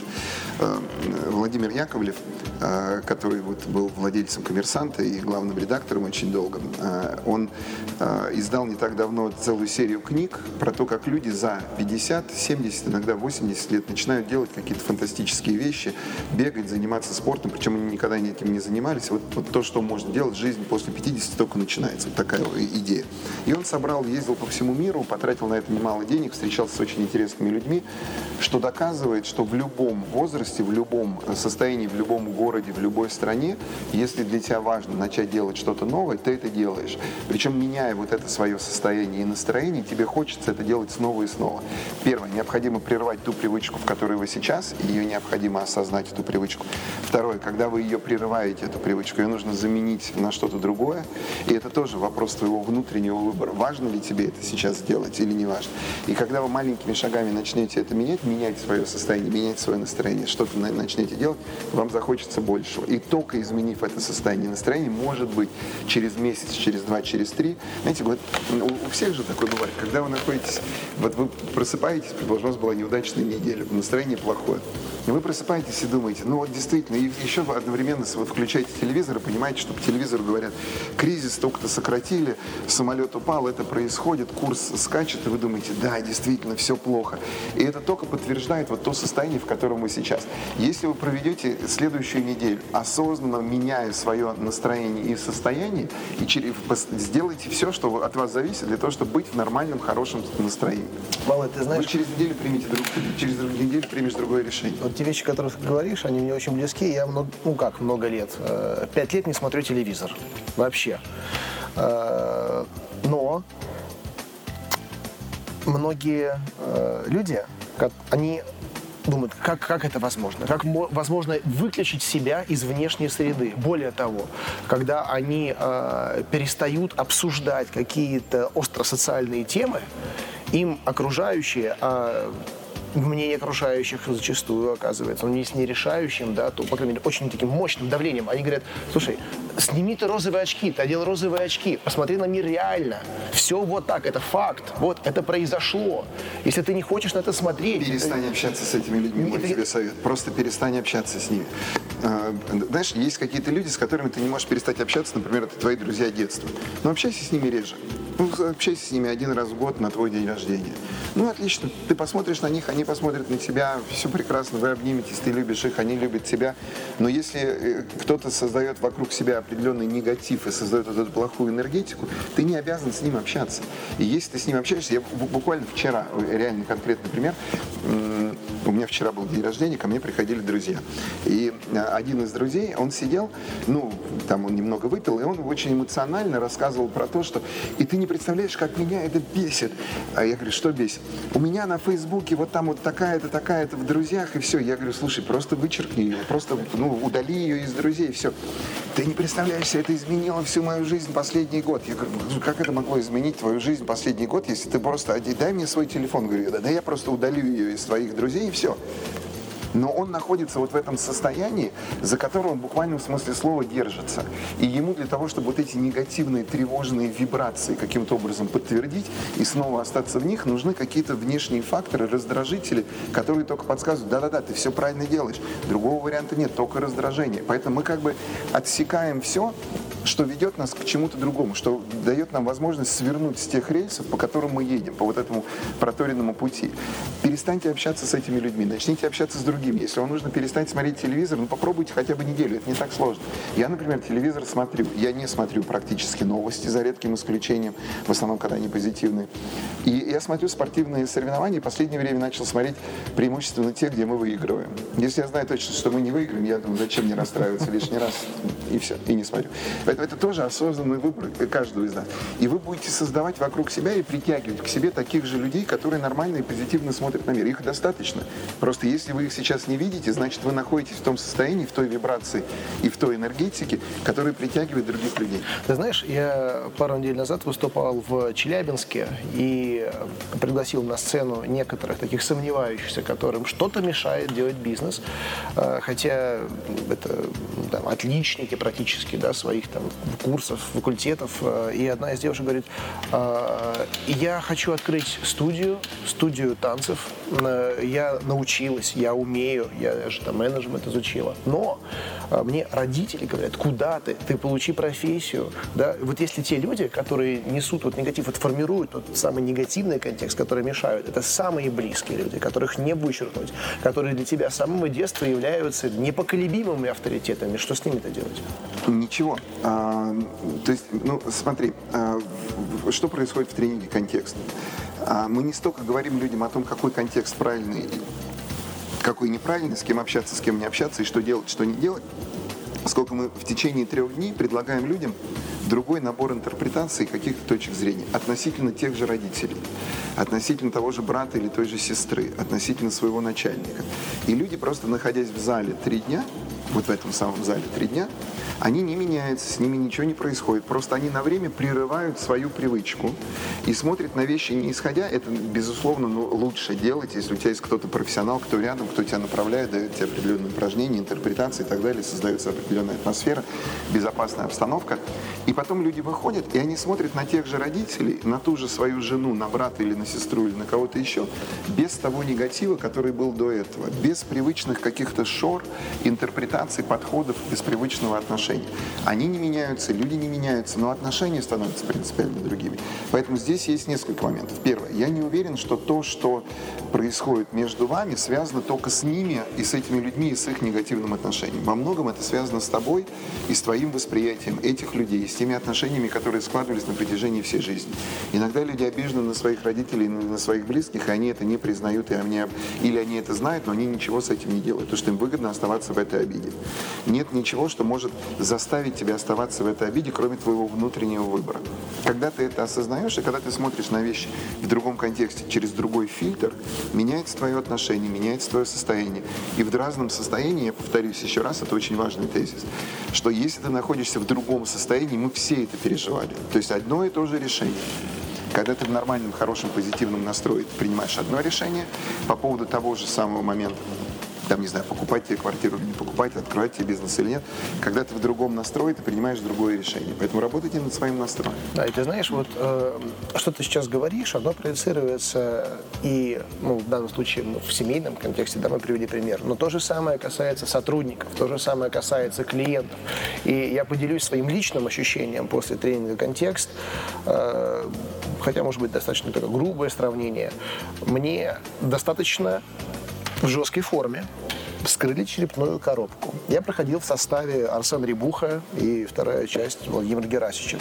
Владимир Яковлев, который вот был владельцем «Коммерсанта» и главным редактором очень долго, он издал не так давно целую серию книг про то, как люди за пятьдесят, семьдесят, иногда восемьдесят лет начинают делать какие-то фантастические вещи, бегать, заниматься спортом, причем они никогда этим не занимались. Вот, вот то, что может делать жизнь после пятидесяти, только начинается. Вот такая идея. И он собрал, ездил по всему миру, потратил на это немало денег, встречался с очень интересными людьми, что доказывает, что в любом возрасте, в любом состоянии, в любом городе, в любой стране, если для тебя важно начать делать что-то новое, ты это делаешь. Причем, меняя вот это свое состояние и настроение, тебе хочется это делать снова и снова. Первое, необходимо прервать ту привычку, в которой вы сейчас, и ее необходимо осознать, эту привычку. Второе, когда вы ее прерываете, эту привычку, ее нужно заменить на что-то другое, и это тоже вопрос твоего внутреннего выбора. Важно ли тебе это сейчас сделать или не важно. И когда вы маленькими шагами начнете это менять, менять свое состояние, менять свое настроение, что-то начнете делать, вам захочется большего. И только изменив это состояние настроения, может быть, через месяц, через два, через три, знаете, вот у всех же такое бывает, когда вы находитесь, вот вы просыпаетесь, предположим, у вас была неудачная неделя, настроение плохое, и вы просыпаетесь и думаете, ну вот действительно, и еще одновременно вот включаете телевизор и понимаете, что по телевизору говорят, кризис столько-то сократили, самолет упал, это происходит, курс скачет, и вы думаете, да, действительно, все плохо. И это только подтверждает вот то состояние, в котором вы сейчас. Если вы проведете следующую неделю, осознанно меняя свое настроение и состояние, и через, сделайте все, что от вас зависит, для того, чтобы быть в нормальном, хорошем настроении. Малый, ты знаешь... Вы через неделю примете друг, через неделю примешь другое решение. Вот те вещи, которые ты говоришь, они мне очень близки. Я, много, ну как, много лет. Пять лет не смотрю телевизор. Вообще. Но многие люди, они думают, как, как это возможно? Как возможно выключить себя из внешней среды? Более того, когда они э, перестают обсуждать какие-то остросоциальные темы, им окружающие, а мнение окружающих зачастую оказывается, он не с нерешающим, да, то, по крайней мере, очень таким мощным давлением. Они говорят, слушай, сними ты розовые очки, ты одел розовые очки, посмотри на мир реально. Все вот так, это факт, вот, это произошло. Если ты не хочешь на это смотреть... Перестань это... общаться с этими людьми, мой это... тебе совет. Просто перестань общаться с ними. Знаешь, есть какие-то люди, с которыми ты не можешь перестать общаться, например, это твои друзья детства. Но общайся с ними реже. Ну, общайся с ними один раз в год на твой день рождения. Ну, отлично. Ты посмотришь на них, они посмотрят на тебя, все прекрасно, вы обниметесь, ты любишь их, они любят тебя. Но если кто-то создает вокруг себя определенный негатив и создает вот эту плохую энергетику, ты не обязан с ним общаться. И если ты с ним общаешься, я буквально вчера, реально конкретный пример, у меня вчера был день рождения, ко мне приходили друзья. И один из друзей, он сидел, ну, там он немного выпил, и он очень эмоционально рассказывал про то, что и ты не представляешь, как меня это бесит. А я говорю, что бесит? У меня на Фейсбуке вот там вот такая-то, такая-то в друзьях, и все. Я говорю, слушай, просто вычеркни ее, просто ну, удали ее из друзей, и все. Ты не представляешь, это изменило всю мою жизнь последний год. Я говорю, как это могло изменить твою жизнь последний год, если ты просто, дай мне свой телефон. Говорю, да, да я просто удалю ее из твоих друзей, и все. Но он находится вот в этом состоянии, за которое он в буквальном смысле слова держится. И ему для того, чтобы вот эти негативные, тревожные вибрации каким-то образом подтвердить и снова остаться в них, нужны какие-то внешние факторы, раздражители, которые только подсказывают, да-да-да, ты все правильно делаешь. Другого варианта нет, только раздражение. Поэтому мы как бы отсекаем все, что ведет нас к чему-то другому, что дает нам возможность свернуть с тех рельсов, по которым мы едем, по вот этому проторенному пути. Перестаньте общаться с этими людьми, начните общаться с другими. Если вам нужно перестать смотреть телевизор, ну попробуйте хотя бы неделю, это не так сложно. Я, например, телевизор смотрю, я не смотрю практически новости, за редким исключением, в основном, когда они позитивные. И я смотрю спортивные соревнования, и в последнее время начал смотреть преимущественно те, где мы выигрываем. Если я знаю точно, что мы не выиграем, я думаю, зачем мне расстраиваться лишний раз, и все, и не смотрю. Поэтому это тоже осознанный выбор каждого из нас. И вы будете создавать вокруг себя и притягивать к себе таких же людей, которые нормально и позитивно смотрят на мир. Их достаточно. Просто если вы их сейчас не видите, значит, вы находитесь в том состоянии, в той вибрации и в той энергетике, которая притягивает других людей. Ты знаешь, я пару недель назад выступал в Челябинске и пригласил на сцену некоторых таких сомневающихся, которым что-то мешает делать бизнес, хотя это там, отличники практически, да, своих там курсов, факультетов. И одна из девушек говорит: я хочу открыть студию, студию танцев, я научилась, я умею, я же там менеджмент изучила, но мне родители говорят: куда ты, ты получи профессию, да, вот если те люди, которые несут вот негатив, вот формируют тот самый негативный контекст, который мешают, это самые близкие люди, которых не вычеркнуть, которые для тебя с самого детства являются непоколебимыми авторитетами, что с ними-то делать? Ничего. А, то есть, ну, смотри, а, что происходит в тренинге «Контекст». А, мы не столько говорим людям о том, какой контекст правильный, какой неправильный, с кем общаться, с кем не общаться, и что делать, что не делать, сколько мы в течение трех дней предлагаем людям другой набор интерпретаций каких-то точек зрения относительно тех же родителей, относительно того же брата или той же сестры, относительно своего начальника. И люди, просто находясь в зале три дня, вот в этом самом зале три дня, они не меняются, с ними ничего не происходит. Просто они на время прерывают свою привычку и смотрят на вещи не исходя. Это, безусловно, ну, лучше делать, если у тебя есть кто-то профессионал, кто рядом, кто тебя направляет, дает тебе определенные упражнения, интерпретации и так далее, создается определенная атмосфера, безопасная обстановка. И потом люди выходят, и они смотрят на тех же родителей, на ту же свою жену, на брата или на сестру, или на кого-то еще, без того негатива, который был до этого, без привычных каких-то шор, интерпретаций, подходов, без привычного отношения. Они не меняются, люди не меняются, но отношения становятся принципиально другими. Поэтому здесь есть несколько моментов. Первое. Я не уверен, что то, что происходит между вами, связано только с ними и с этими людьми, и с их негативным отношением. Во многом это связано с тобой и с твоим восприятием этих людей, с теми отношениями, которые складывались на протяжении всей жизни. Иногда люди обижены на своих родителей, на своих близких, и они это не признают, и они, или они это знают, но они ничего с этим не делают, потому что им выгодно оставаться в этой обиде. Нет ничего, что может заставить тебя оставаться в этой обиде, кроме твоего внутреннего выбора. Когда ты это осознаешь, и когда ты смотришь на вещи в другом контексте, через другой фильтр, меняется твое отношение, меняется твое состояние. И в разном состоянии, я повторюсь еще раз, это очень важный тезис, что если ты находишься в другом состоянии, мы все это переживали. То есть одно и то же решение. Когда ты в нормальном, хорошем, позитивном настрое принимаешь одно решение по поводу того же самого момента, там, не знаю, покупать тебе квартиру или не покупать, открывать тебе бизнес или нет. Когда ты в другом настрое, ты принимаешь другое решение. Поэтому работайте над своим настроем. Да, и ты знаешь, вот э, что ты сейчас говоришь, оно проецируется и, ну, в данном случае ну, в семейном контексте, да, мы привели пример, но то же самое касается сотрудников, то же самое касается клиентов. И я поделюсь своим личным ощущением после тренинга «Контекст», э, хотя, может быть, достаточно такое грубое сравнение. Мне достаточно в жесткой форме вскрыли черепную коробку. Я проходил в составе Арсен Рябуха и вторая часть Владимир Герасичев.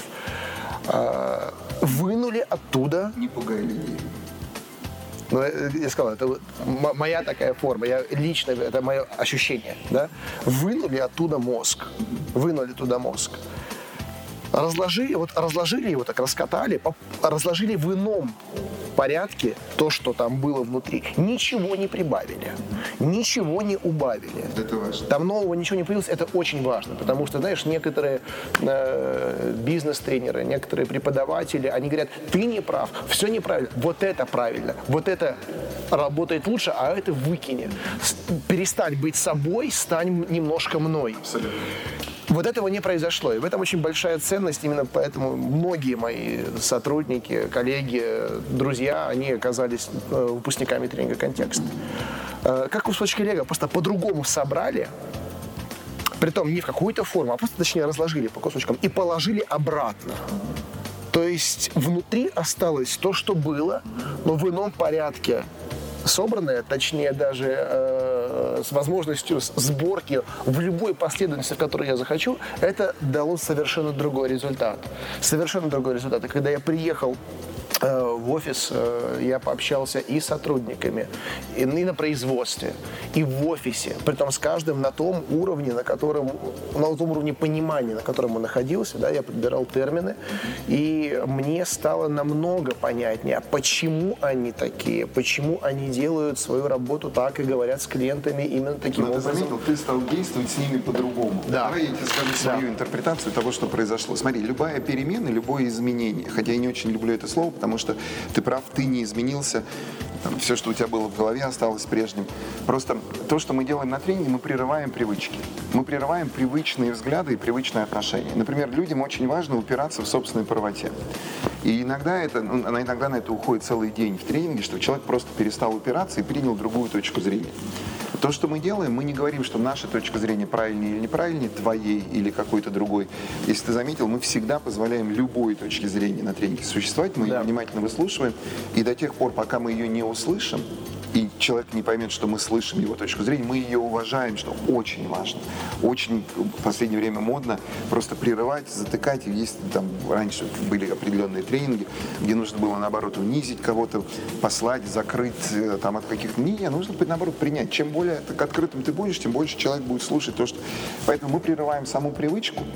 Вынули оттуда... Не пугай людей. Ну, я сказал, это моя такая форма, я лично, это мое ощущение, да? Вынули оттуда мозг. Вынули туда мозг. Разложили, вот разложили его, так раскатали, разложили в ином порядке то, что там было внутри. Ничего не прибавили, ничего не убавили. Это важно. Там нового ничего не появилось, это очень важно, потому что, знаешь, некоторые э, бизнес-тренеры, некоторые преподаватели, они говорят: ты не прав, все неправильно, вот это правильно, вот это работает лучше, а это выкини. Перестань быть собой, стань немножко мной. Абсолютно. Вот этого не произошло, и в этом очень большая ценность, именно поэтому многие мои сотрудники, коллеги, друзья, они оказались выпускниками тренинга «Контекст». Как кусочки лего, просто по-другому собрали, Притом не в какую-то форму, а просто, точнее, разложили по кусочкам и положили обратно. То есть внутри осталось то, что было, но в ином порядке собранное, точнее даже э, с возможностью сборки в любой последовательности, в которой я захочу, это дало совершенно другой результат. Совершенно другой результат. И когда я приехал э, в офис, э, я пообщался и с сотрудниками, и, и на производстве, и в офисе, притом с каждым на том уровне, на котором, на том уровне понимания, на котором он находился, да, я подбирал термины, и мне стало намного понятнее, почему они такие, почему они делают свою работу так и говорят с клиентами именно таким Но образом. ты заметил, ты стал действовать с ними по-другому. Да. Давай я тебе скажу свою Да. интерпретацию того, что произошло. Смотри, любая перемена, любое изменение, хотя я не очень люблю это слово, потому что ты прав, ты не изменился, там, все, что у тебя было в голове, осталось прежним. Просто то, что мы делаем на тренинге, мы прерываем привычки. Мы прерываем привычные взгляды и привычные отношения. Например, людям очень важно упираться в собственной правоте. И иногда, это, ну, иногда на это уходит целый день в тренинге, чтобы человек просто перестал упираться и принял другую точку зрения. То, что мы делаем, мы не говорим, что наша точка зрения правильнее или неправильнее, твоей или какой-то другой. Если ты заметил, мы всегда позволяем любой точке зрения на тренинге существовать, мы Да. ее внимательно выслушиваем, и до тех пор, пока мы ее не услышим, и человек не поймет, что мы слышим его точку зрения, мы ее уважаем, что очень важно. Очень в последнее время модно просто прерывать, затыкать. И есть там раньше были определенные тренинги, где нужно было, наоборот, унизить кого-то, послать, закрыть там от каких-то... Не, нужно, наоборот, принять. Чем более так открытым ты будешь, тем больше человек будет слушать то, что... Поэтому мы прерываем саму привычку,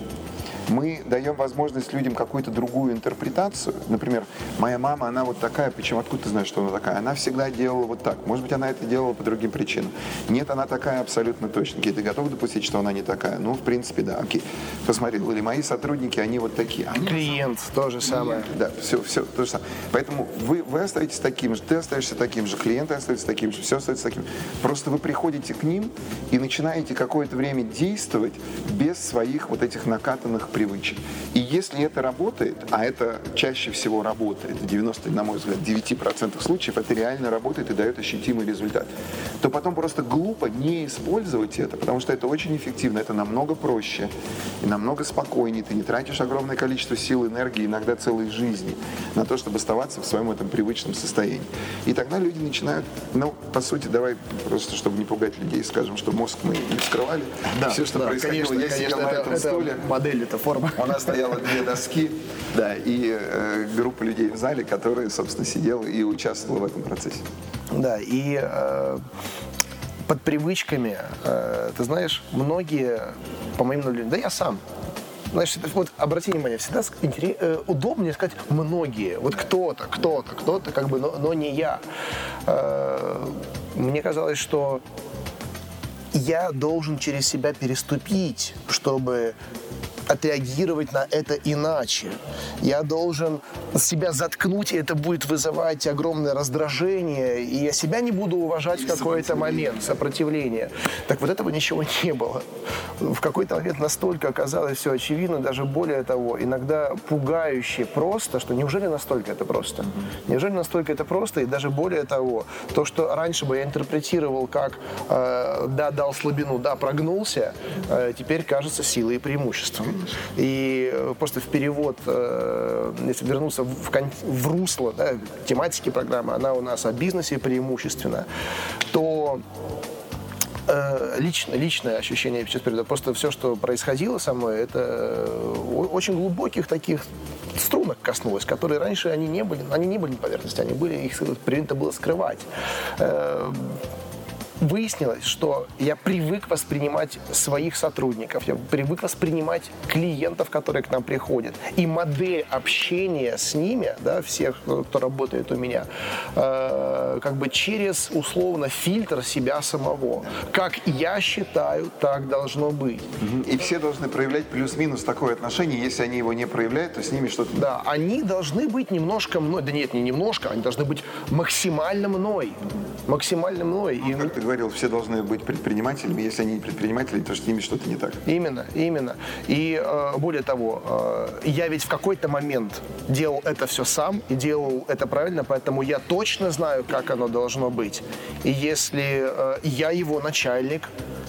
мы даем возможность людям какую-то другую интерпретацию. Например, моя мама, она вот такая, почему, откуда ты знаешь, что она такая? Она всегда делала вот так. Может быть, она это делала по другим причинам. Нет, она такая абсолютно точно. Окей, ты готов допустить, что она не такая? Ну, в принципе, да. Окей. Посмотри, или мои сотрудники, они вот такие. Они Клиент то же самое. Да, все, все то же самое. Поэтому вы, вы остаетесь таким же, ты остаешься таким же, клиенты остаются таким же, все остается таким. Просто вы приходите к ним и начинаете какое-то время действовать без своих вот этих накатанных привычек. И если это работает, а это чаще всего работает, в девяноста, на мой взгляд, девяти процентах случаев это реально работает и дает ощутимый результат, то потом просто глупо не использовать это, потому что это очень эффективно, это намного проще и намного спокойнее. Ты не тратишь огромное количество сил, энергии, иногда целой жизни на то, чтобы оставаться в своем этом привычном состоянии. И тогда люди начинают, ну, по сути, давай просто, чтобы не пугать людей, скажем, что мозг мы не вскрывали. Да, Все, что да, происходило, конечно, я сидел конечно, на это, этом это стуле. модель, это форма. У нас стояло две доски, да, и э, группа людей в зале, которые, собственно, сидела и участвовала в этом процессе. Да, и э, под привычками, э, ты знаешь, многие, по моим наблюдениям, да я сам, знаешь, вот обрати внимание, всегда интерес, э, удобнее сказать многие, вот кто-то, кто-то, кто-то, как бы, но, но не я. Э, мне казалось, что я должен через себя переступить, чтобы отреагировать на это иначе. Я должен себя заткнуть, и это будет вызывать огромное раздражение, и я себя не буду уважать в какой-то момент, сопротивление. Так вот этого ничего не было. В какой-то момент настолько оказалось все очевидно, даже более того, иногда пугающе просто, что неужели настолько это просто? Неужели настолько это просто? И даже более того, то, что раньше бы я интерпретировал как э, да, дал слабину, да, прогнулся, э, теперь кажется силой и преимуществом. И просто в перевод, э, если вернуться в, кон- в русло, да, тематики программы, она у нас о бизнесе преимущественно, то э, лично, личное ощущение, сейчас передаю, просто все, что происходило со мной, это очень глубоких таких струнок коснулось, которые раньше они не были, они не были на поверхности, они были, их принято было скрывать. Э, Выяснилось, что я привык воспринимать своих сотрудников, я привык воспринимать клиентов, которые к нам приходят. И модель общения с ними, да, всех, кто работает у меня, э, как бы через, условно, фильтр себя самого. Как я считаю, так должно быть. И все должны проявлять плюс-минус такое отношение. Если они его не проявляют, то с ними что-то... Да, они должны быть немножко мной. Да нет, не немножко, они должны быть максимально мной. Максимально мной. Ну, как ты говорил, все должны быть предпринимателями. Если они не предприниматели, то с ними что-то не так. Именно, именно. И э, более того, э, я ведь в какой-то момент делал это все сам и делал это правильно, поэтому я точно знаю, как оно должно быть. И если э, я его начальник,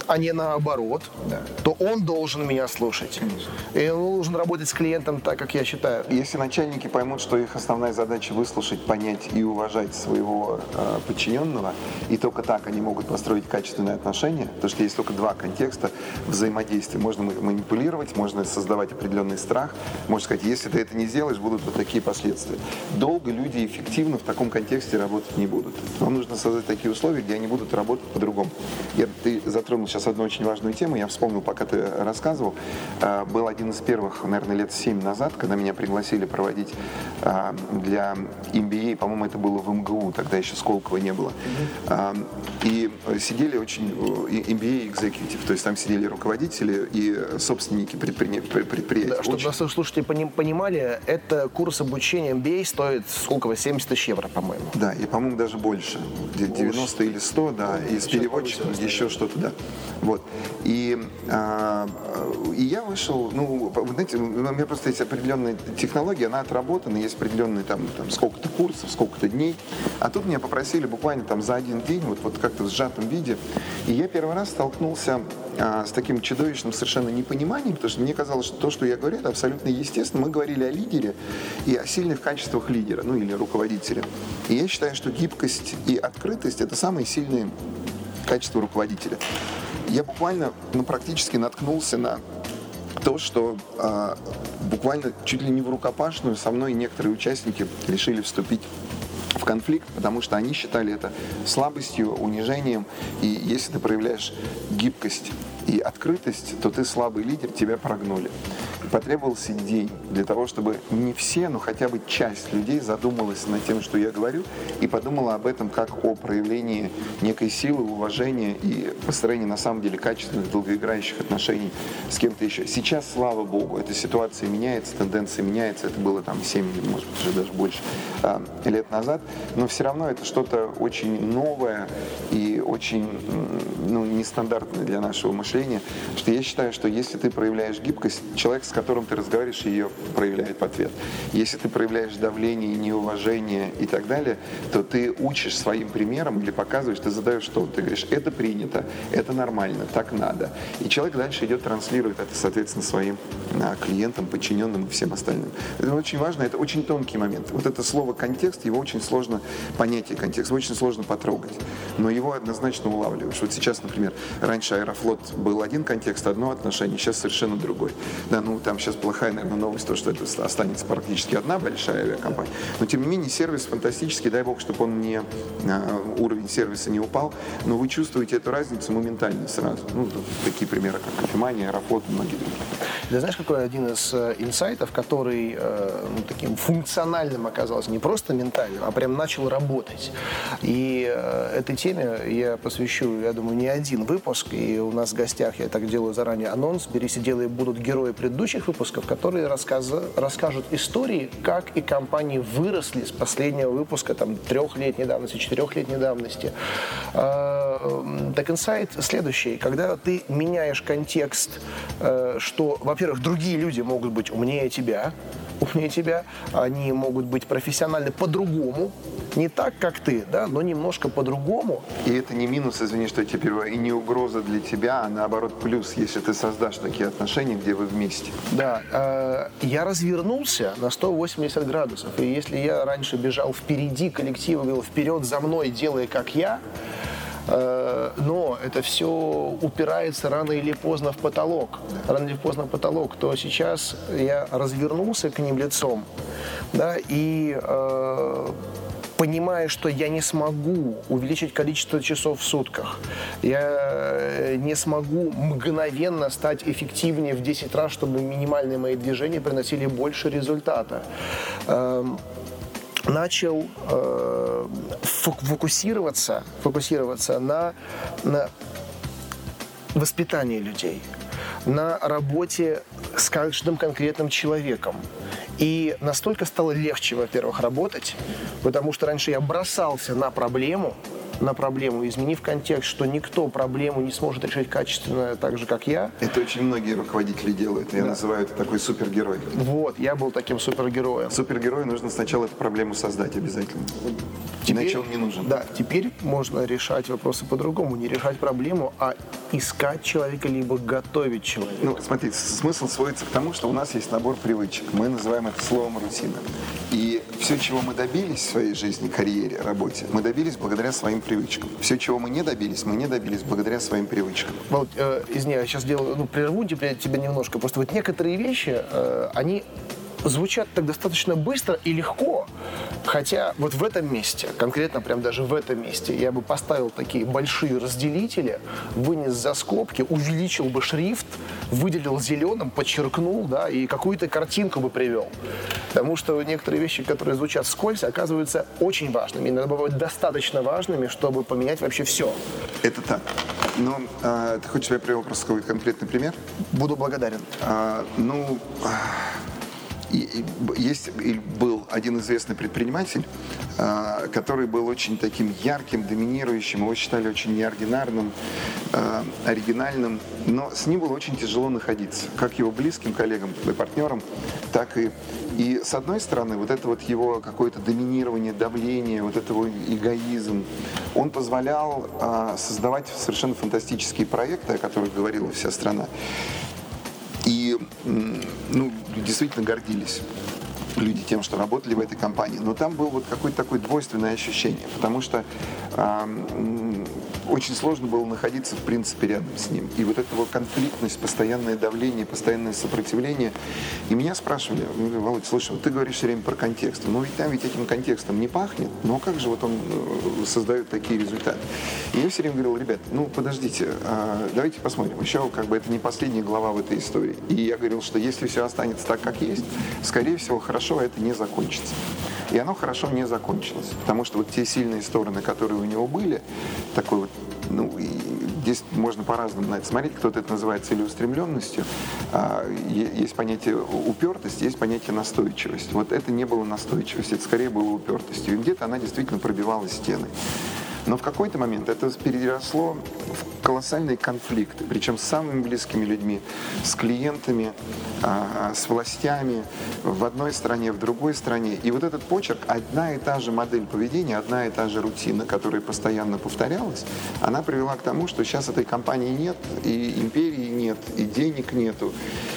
а не наоборот, Да. то он должен меня слушать. Конечно. И он должен работать с клиентом так, как я считаю. Если начальники поймут, что их основная задача выслушать, понять и уважать своего э, подчиненного, и только так они могут построить качественные отношения, потому что есть только два контекста взаимодействия. Можно манипулировать, можно создавать определенный страх, можно сказать, если ты это не сделаешь, будут вот такие последствия. Долго люди эффективно в таком контексте работать не будут. Вам нужно создать такие условия, где они будут работать по-другому. Я, ты затронул сейчас одну очень важную тему, я вспомнил, пока ты рассказывал. Э, был один из первых, наверное, лет семь назад, когда меня пригласили проводить э, для эм би эй, по-моему, это было в эм гэ у, тогда еще Сколково не было. Mm-hmm. Э, и сидели очень эм би эй executive, то есть там сидели руководители и собственники предпри... предприятий. Да, чтобы очень... нас слушатели понимали, это курс обучения эм би эй стоит сколько? семьдесят тысяч евро, по-моему. Да, и, по-моему, даже больше. девяносто или сто, да, и с переводчиком еще что-то, да. Вот. И, а, и я вышел, ну, знаете, у меня просто есть определенная технология, она отработана, есть определенные там, там сколько-то курсов, сколько-то дней. А тут меня попросили буквально там за один день, вот, вот как-то в сжатом виде. И я первый раз столкнулся а, с таким чудовищным совершенно непониманием, потому что мне казалось, что то, что я говорю, это абсолютно естественно. Мы говорили о лидере и о сильных качествах лидера, ну или руководителя. И я считаю, что гибкость и открытость – это самые сильные качества руководителя. Я буквально, ну, практически наткнулся на то, что э, буквально чуть ли не в рукопашную со мной некоторые участники решили вступить в конфликт, потому что они считали это слабостью, унижением. И если ты проявляешь гибкость и открытость, то ты слабый лидер, тебя прогнули. И потребовался день для того, чтобы не все, но хотя бы часть людей задумалась над тем, что я говорю, и подумала об этом как о проявлении некой силы, уважения и построении на самом деле качественных, долгоиграющих отношений с кем-то еще. Сейчас, слава богу, эта ситуация меняется, тенденция меняется. Это было там семь или, может быть, уже даже больше э, лет назад. Но все равно это что-то очень новое и очень, ну, нестандартное для нашего мышления. Что я считаю, что если ты проявляешь гибкость, человек, с которым ты разговариваешь, ее проявляет в ответ. Если ты проявляешь давление, неуважение и так далее, то ты учишь своим примером или показываешь, ты задаешь что? Ты говоришь, это принято, это нормально, так надо. И человек дальше идет, транслирует это, соответственно, своим а, клиентам, подчиненным и всем остальным. Это очень важно, это очень тонкий момент. Вот это слово «контекст», его очень сложно понять, контекст, очень сложно потрогать, но его однозначно улавливаешь. Вот сейчас, например, раньше Аэрофлот был один контекст, одно отношение, сейчас совершенно другой. Да, ну там сейчас плохая, наверное, новость, то, что это останется практически одна большая авиакомпания. Но, тем не менее, сервис фантастический, дай бог, чтобы он не, уровень сервиса не упал, но вы чувствуете эту разницу моментально сразу. Ну, такие примеры, как Кофемания, Аэрофлот и многие другие. Ты знаешь, какой один из э, инсайтов, который э, ну, таким функциональным оказался, не просто ментальным, а прям начал работать. И э, этой теме я посвящу, я думаю, не один выпуск. И у нас в гостях, я так делаю заранее анонс, «Берись и делай» будут герои предыдущих выпусков, которые рассказ... расскажут истории, как и компании выросли с последнего выпуска, там, трехлетней давности, четырехлетней давности. Э, так инсайт следующий. Когда ты меняешь контекст, э, что, во-первых, другие люди могут быть умнее тебя, умнее тебя, они могут быть профессиональны по-другому, не так, как ты, да, но немножко по-другому. И это не минус, извини, что я тебя перебиваю, и не угроза для тебя, а наоборот плюс, если ты создашь такие отношения, где вы вместе. Да, э, я развернулся на сто восемьдесят градусов, и если я раньше бежал впереди коллектива, говорил вперед за мной, делай как я, но это все упирается рано или поздно в потолок. Рано или поздно в потолок. То сейчас я развернулся к ним лицом, да, и э, понимая, что я не смогу увеличить количество часов в сутках, я не смогу мгновенно стать эффективнее в десять раз, чтобы минимальные мои движения приносили больше результата. Э, начал э, фокусироваться, фокусироваться на, на воспитании людей, на работе с каждым конкретным человеком. И настолько стало легче, во-первых, работать, потому что раньше я бросался на проблему, на проблему, изменив контекст, что никто проблему не сможет решить качественно так же, как я. Это очень многие руководители делают. Я да. называю это такой супергерой. Вот, я был таким супергероем. Супергерою нужно сначала эту проблему создать обязательно. Теперь, иначе он не нужен. Да, теперь можно решать вопросы по-другому. Не решать проблему, а искать человека, либо готовить человека. Ну, смотри, смысл сводится к тому, что у нас есть набор привычек. Мы называем это словом рутина. И все, чего мы добились в своей жизни, карьере, работе, мы добились благодаря своим привычкам. Все, чего мы не добились, мы не добились благодаря своим привычкам. Вот, э, извини, я сейчас делаю, ну, прерву тебя, тебя немножко. Просто вот некоторые вещи, э, они звучат так достаточно быстро и легко, хотя вот в этом месте, конкретно прям даже в этом месте, я бы поставил такие большие разделители, вынес за скобки, увеличил бы шрифт, выделил зеленым, подчеркнул, да, и какую-то картинку бы привел. Потому что некоторые вещи, которые звучат вскользь, оказываются очень важными. Иногда бывают достаточно важными, чтобы поменять вообще все. Это так. Но а, ты хочешь, чтобы я привел просто какой-то конкретный пример? Буду благодарен. А, ну... И, и, есть и был один известный предприниматель, э, который был очень таким ярким, доминирующим, его считали очень неординарным, э, оригинальным, но с ним было очень тяжело находиться, как его близким коллегам и партнерам, так и... И с одной стороны, вот это вот его какое-то доминирование, давление, вот это его эгоизм, он позволял э, создавать совершенно фантастические проекты, о которых говорила вся страна. И, ну, действительно гордились люди тем, что работали в этой компании. Но там было вот какое-то такое двойственное ощущение, потому что э, очень сложно было находиться, в принципе, рядом с ним. И вот эта вот конфликтность, постоянное давление, постоянное сопротивление. И меня спрашивали: Володь, слушай, вот ты говоришь все время про контекст, но ведь там ведь этим контекстом не пахнет, но как же вот он создает такие результаты? И я все время говорил: ребят, ну подождите, давайте посмотрим, еще как бы это не последняя глава в этой истории. И я говорил, что если все останется так, как есть, скорее всего, хорошо это не закончится. И оно хорошо не закончилось, потому что вот те сильные стороны, которые у него были, такой вот, ну, и здесь можно по-разному на это смотреть, кто-то это называет целеустремленностью, а, есть понятие упертость, есть понятие настойчивость. Вот это не было настойчивость, это скорее было упертостью, и где-то она действительно пробивала стены. Но в какой-то момент это переросло в колоссальные конфликты, причем с самыми близкими людьми, с клиентами, с властями, в одной стране, в другой стране. И вот этот почерк, одна и та же модель поведения, одна и та же рутина, которая постоянно повторялась, она привела к тому, что сейчас этой компании нет, и империи нет, и денег нету.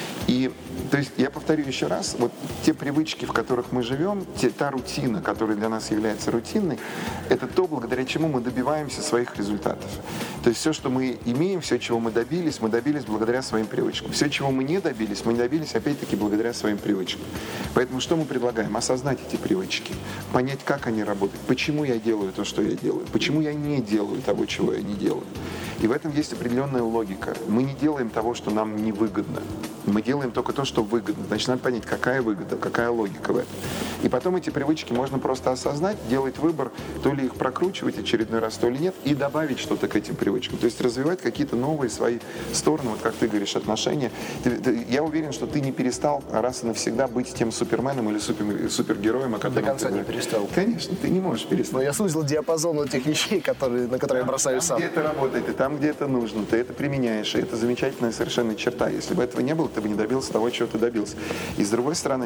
И, то есть, я повторю еще раз, вот те привычки, в которых мы живем, те, та рутина, которая для нас является рутинной, это то, благодаря чему мы добиваемся своих результатов. То есть, все, что мы имеем, все, чего мы добились, мы добились благодаря своим привычкам. Все, чего мы не добились, мы не добились, опять-таки, благодаря своим привычкам. Поэтому, что мы предлагаем? Осознать эти привычки, понять, как они работают, почему я делаю то, что я делаю, почему я не делаю того, чего я не делаю. И в этом есть определенная логика. Мы не делаем того, что нам невыгодно. Мы делаем только то, что выгодно. Значит, надо понять, какая выгода, какая логика в этом. И потом эти привычки можно просто осознать, делать выбор, то ли их прокручивать очередной раз, то ли нет, и добавить что-то к этим привычкам. То есть развивать какие-то новые свои стороны, вот как ты говоришь, отношения. Ты, ты, я уверен, что ты не перестал раз и навсегда быть тем суперменом или супер, супергероем, о котором до конца ты не перестал. Конечно, ты не можешь перестать. Но я сузил диапазон тех вещей, которые, на которые я бросаю там, сам. Где это работает, и там, где это нужно, ты это применяешь, и это замечательная совершенно черта. Если бы этого не было, ты бы не добился того, чего ты добился. И с другой стороны,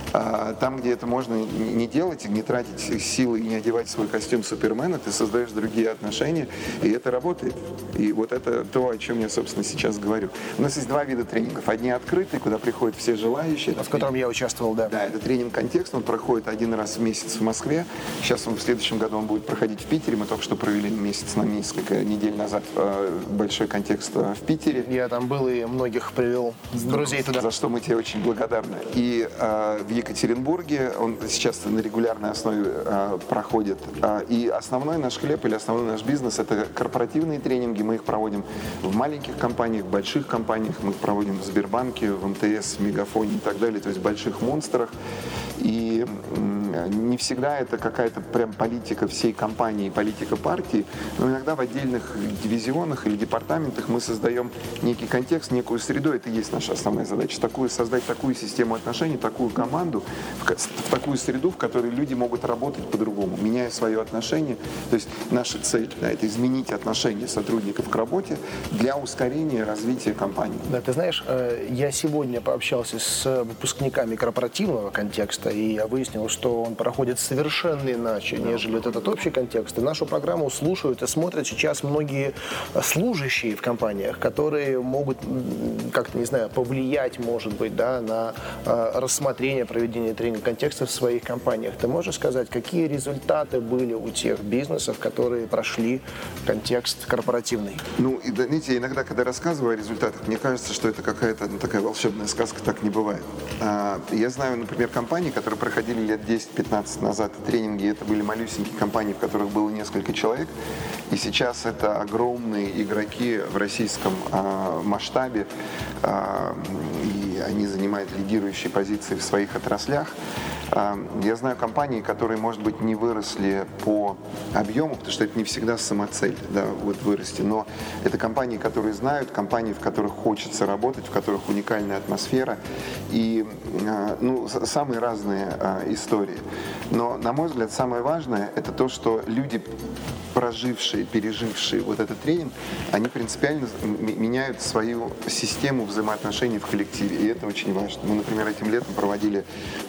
там, где это можно не делать, не тратить силы и не одевать свой костюм супермена, ты создаешь другие отношения, и это работает. И вот это то, о чем я, собственно, сейчас говорю. У нас есть два вида тренингов. Одни открытые, куда приходят все желающие. В котором я участвовал, да. Да, это тренинг «Контекст», он проходит один раз в месяц в Москве. Сейчас он в следующем году он будет проходить в Питере. Мы только что провели месяц на несколько недель назад большой контекст в Питере. Я там был и многих привел друзей туда. За что мы тебе очень благодарны. И э, в Екатеринбурге он сейчас на регулярной основе э, проходит. Э, и основной наш хлеб или основной наш бизнес — это корпоративные тренинги. Мы их проводим в маленьких компаниях, в больших компаниях. Мы их проводим в Сбербанке, в эм тэ эс, в Мегафоне и так далее. То есть в больших монстрах. И не всегда это какая-то прям политика всей компании, политика партии, но иногда в отдельных дивизионах или департаментах мы создаем некий контекст, некую среду. Это и есть наша основная задача. Такую, создать такую систему отношений, такую команду, в, в такую среду, в которой люди могут работать по-другому, меняя свое отношение. То есть наша цель, да, это изменить отношение сотрудников к работе для ускорения развития компании. Да, ты знаешь, я сегодня пообщался с выпускниками корпоративного контекста, и я выяснил, что он проходит совершенно иначе, нежели вот этот общий контекст. И нашу программу слушают и смотрят сейчас многие служащие в компаниях, которые могут как-то, не знаю, повлиять, может быть, да, на рассмотрение проведения тренинга контекста в своих компаниях. Ты можешь сказать, какие результаты были у тех бизнесов, которые прошли контекст корпоративный? Ну, и, знаете, иногда, когда рассказываю о результатах, мне кажется, что это какая-то ну, такая волшебная сказка, так не бывает. Я знаю, например, компании, которые проходили лет десять-пятнадцать назад тренинги, это были малюсенькие компании, в которых было несколько человек, и сейчас это огромные игроки в российском а, масштабе, а, и они занимают лидирующие позиции в своих отраслях. А, я знаю компании, которые, может быть, не выросли по объему, потому что это не всегда самоцель, да, вот вырасти, но это компании, которые знают, компании, в которых хочется работать, в которых уникальная атмосфера и а, ну, самые разные а, истории. Но, на мой взгляд, самое важное – это то, что люди, прожившие, пережившие вот этот тренинг, они принципиально меняют свою систему взаимоотношений в коллективе, и это очень важно. Мы, например, этим летом проводили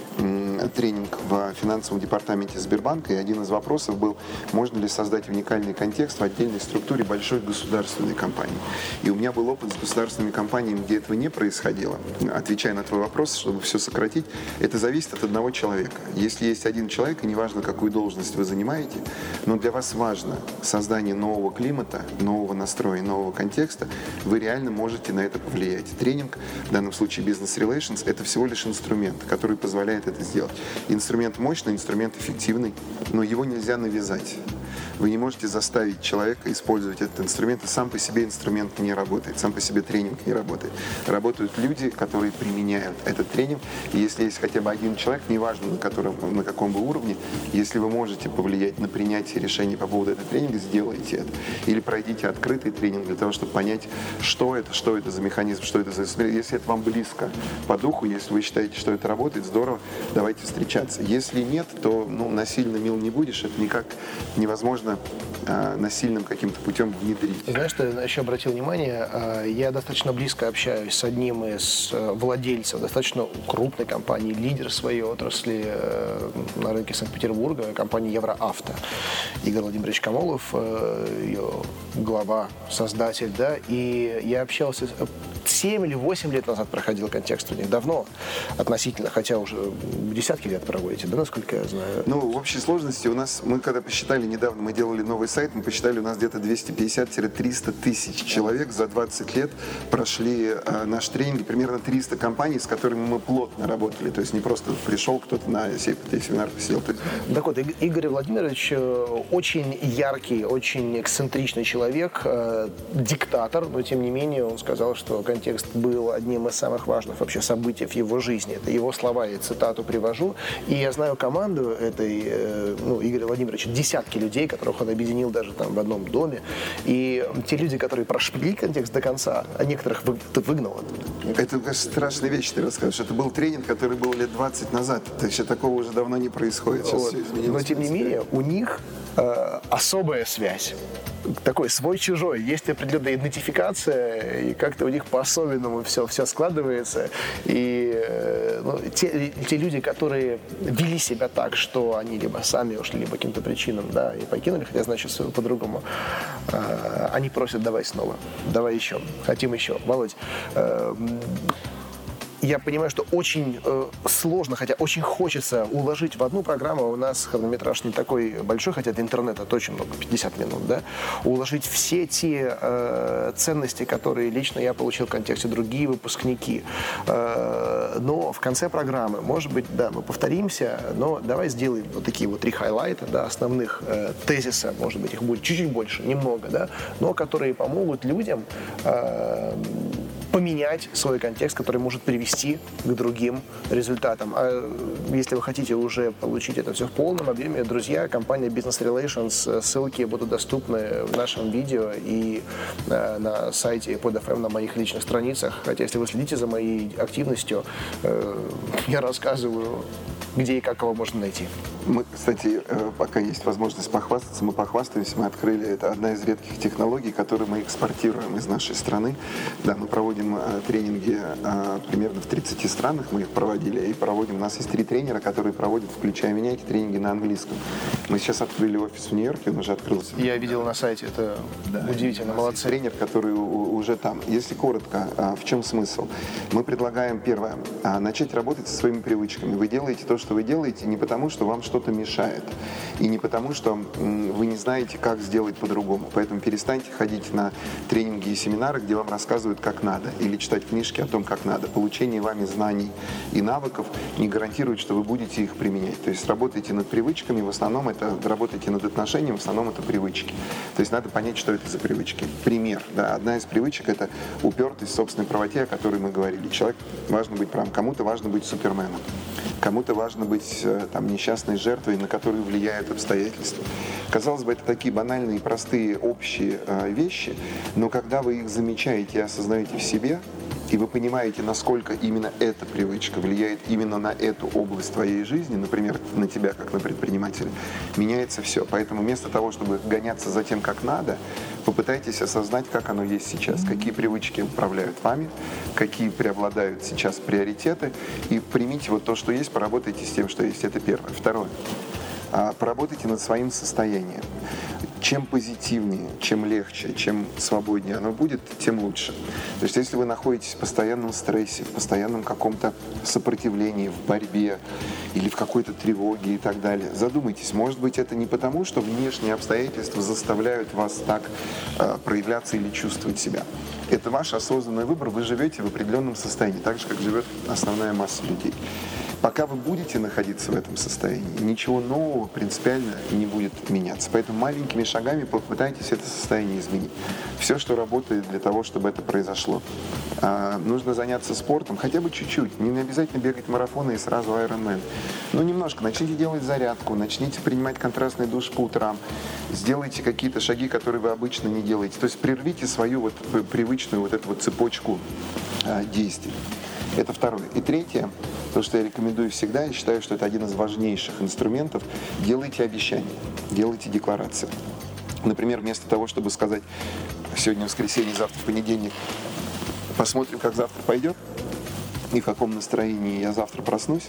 тренинг в финансовом департаменте Сбербанка, и один из вопросов был, можно ли создать уникальный контекст в отдельной структуре большой государственной компании. И у меня был опыт с государственными компаниями, где этого не происходило. Отвечая на твой вопрос, чтобы все сократить, это зависит от одного человека. Если есть один человек, и неважно, какую должность вы занимаете, но для вас важно создание нового климата, нового настроя, нового контекста, вы реально можете на это повлиять. Тренинг, в данном случае Business Relations, это всего лишь инструмент, который позволяет это сделать. Инструмент мощный, инструмент эффективный, но его нельзя навязать. Вы не можете заставить человека использовать этот инструмент, и сам по себе инструмент не работает, сам по себе тренинг не работает. Работают люди, которые применяют этот тренинг, и если есть хотя бы один человек, неважно на, котором, на каком бы уровне, если вы можете повлиять на принятие решений по поводу этого тренинга, сделайте это. Или пройдите открытый тренинг для того, чтобы понять, что это, что это за механизм, что это за... Если это вам близко по духу, если вы считаете, что это работает, здорово, давайте встречаться. Если нет, то ну, насильно мил не будешь, это никак невозможно а, насильным каким-то путем внедрить. Знаешь, что я еще обратил внимание, я достаточно близко общаюсь с одним из владельцев достаточно крупной компании, лидер своей отрасли на рынке Санкт-Петербурга, компании Евроавто. Игорь Владимирович Камолов, ее глава, создатель, да, и я общался семь или восемь лет назад проходил контекст у них, давно относительно, хотя уже десятки лет проводите, да, насколько я знаю? Ну, в общей сложности у нас, мы когда посчитали недавно, мы делали новый сайт, мы посчитали, у нас где-то двести пятьдесят - триста тысяч человек за двадцать лет прошли э, наш тренинг, примерно триста компаний, с которыми мы плотно работали, то есть не просто пришел кто-то на семинар посидел. Так вот, Игорь Владимирович очень яркий, очень эксцентричный человек, э, диктатор, но тем не менее он сказал, что контекст был одним из самых важных вообще событий в его жизни. Это его слова, я цитату привожу. И я знаю команду этой, э, ну, Игоря Владимировича, десятки людей, которых он объединил даже там в одном доме. И те люди, которые прошли контекст до конца, а некоторых вы, выгнал. Это, конечно, страшная вещь, ты расскажешь. Это был тренинг, который был лет двадцать назад. Так что такого уже давно не происходит. Сейчас вот. Но тем не менее, у них э, особая связь. Такой свой-чужой. Есть определенная идентификация, и как-то у них по-особенному все, все складывается. И ну, те, те люди, которые вели себя так, что они либо сами ушли, либо по каким-то причинам, да, и покинули, хотя, значит, все по-другому, э, они просят: давай снова, давай еще, хотим еще. Володь, э, я понимаю, что очень э, сложно, хотя очень хочется уложить в одну программу. У нас хронометраж не такой большой, хотя для интернета это очень много, пятьдесят минут, да, уложить все те э, ценности, которые лично я получил в контексте, другие выпускники. Э, но в конце программы, может быть, да, мы повторимся, но давай сделаем вот такие вот три хайлайта, да, основных э, тезиса, может быть, их будет чуть-чуть больше, немного, да, но которые помогут людям э, поменять свой контекст, который может привести к другим результатам. А если вы хотите уже получить это все в полном объеме, друзья, компания Business Relations, ссылки будут доступны в нашем видео и э, на сайте под эф эм, на моих личных страницах. Хотя, если вы следите за моей активностью, э, я рассказываю, где и как его можно найти. Мы, кстати, пока есть возможность похвастаться, мы похвастаемся, мы открыли, это одна из редких технологий, которые мы экспортируем из нашей страны. Да, мы проводим а, тренинги а, примерно в тридцати странах, мы их проводили, и проводим, у нас есть три тренера, которые проводят, включая меня, эти тренинги на английском. Мы сейчас открыли офис в Нью-Йорке, он уже открылся. Я видел на сайте, это да, удивительно, молодцы. Тренер, который у, уже там. Если коротко, а, в чем смысл? Мы предлагаем, первое, а, начать работать со своими привычками. Вы делаете то, что вы делаете, не потому, что вам что-то мешает. И не потому, что вы не знаете, как сделать по-другому. Поэтому перестаньте ходить на тренинги и семинары, где вам рассказывают, как надо, или читать книжки о том, как надо. Получение вами знаний и навыков не гарантирует, что вы будете их применять. То есть работайте над привычками, в основном это работайте над отношением, в основном это привычки. То есть надо понять, что это за привычки. Пример. Да, одна из привычек — это упертость в собственной правоте, о которой мы говорили. Человек важно быть правым, кому-то важно быть суперменом. Кому-то важно быть там, несчастной жертвой, на которую влияют обстоятельства. Казалось бы, это такие банальные, простые, общие э, вещи, но когда вы их замечаете и осознаете в себе, и вы понимаете, насколько именно эта привычка влияет именно на эту область твоей жизни, например, на тебя, как на предпринимателя, меняется все. Поэтому вместо того, чтобы гоняться за тем, как надо, попытайтесь осознать, как оно есть сейчас, какие привычки управляют вами, какие преобладают сейчас приоритеты, и примите вот то, что есть, поработайте с тем, что есть. Это первое. Второе. Поработайте над своим состоянием. Чем позитивнее, чем легче, чем свободнее оно будет, тем лучше. То есть если вы находитесь в постоянном стрессе, в постоянном каком-то сопротивлении, в борьбе или в какой-то тревоге и так далее, задумайтесь, может быть, это не потому, что внешние обстоятельства заставляют вас так э, проявляться или чувствовать себя. Это ваш осознанный выбор, вы живете в определенном состоянии, так же, как живет основная масса людей. Пока вы будете находиться в этом состоянии, ничего нового принципиально не будет меняться. Поэтому маленькими шагами попытайтесь это состояние изменить. Все, что работает для того, чтобы это произошло. А, нужно заняться спортом, хотя бы чуть-чуть. Не обязательно бегать марафоны и сразу Ironman. Но немножко. Начните делать зарядку, начните принимать контрастный душ по утрам. Сделайте какие-то шаги, которые вы обычно не делаете. То есть прервите свою вот привычную вот эту вот цепочку а, действий. Это второе. И третье, то, что я рекомендую всегда, я считаю, что это один из важнейших инструментов, делайте обещания, делайте декларации. Например, вместо того, чтобы сказать, сегодня воскресенье, завтра понедельник, посмотрим, как завтра пойдет, и в каком настроении я завтра проснусь,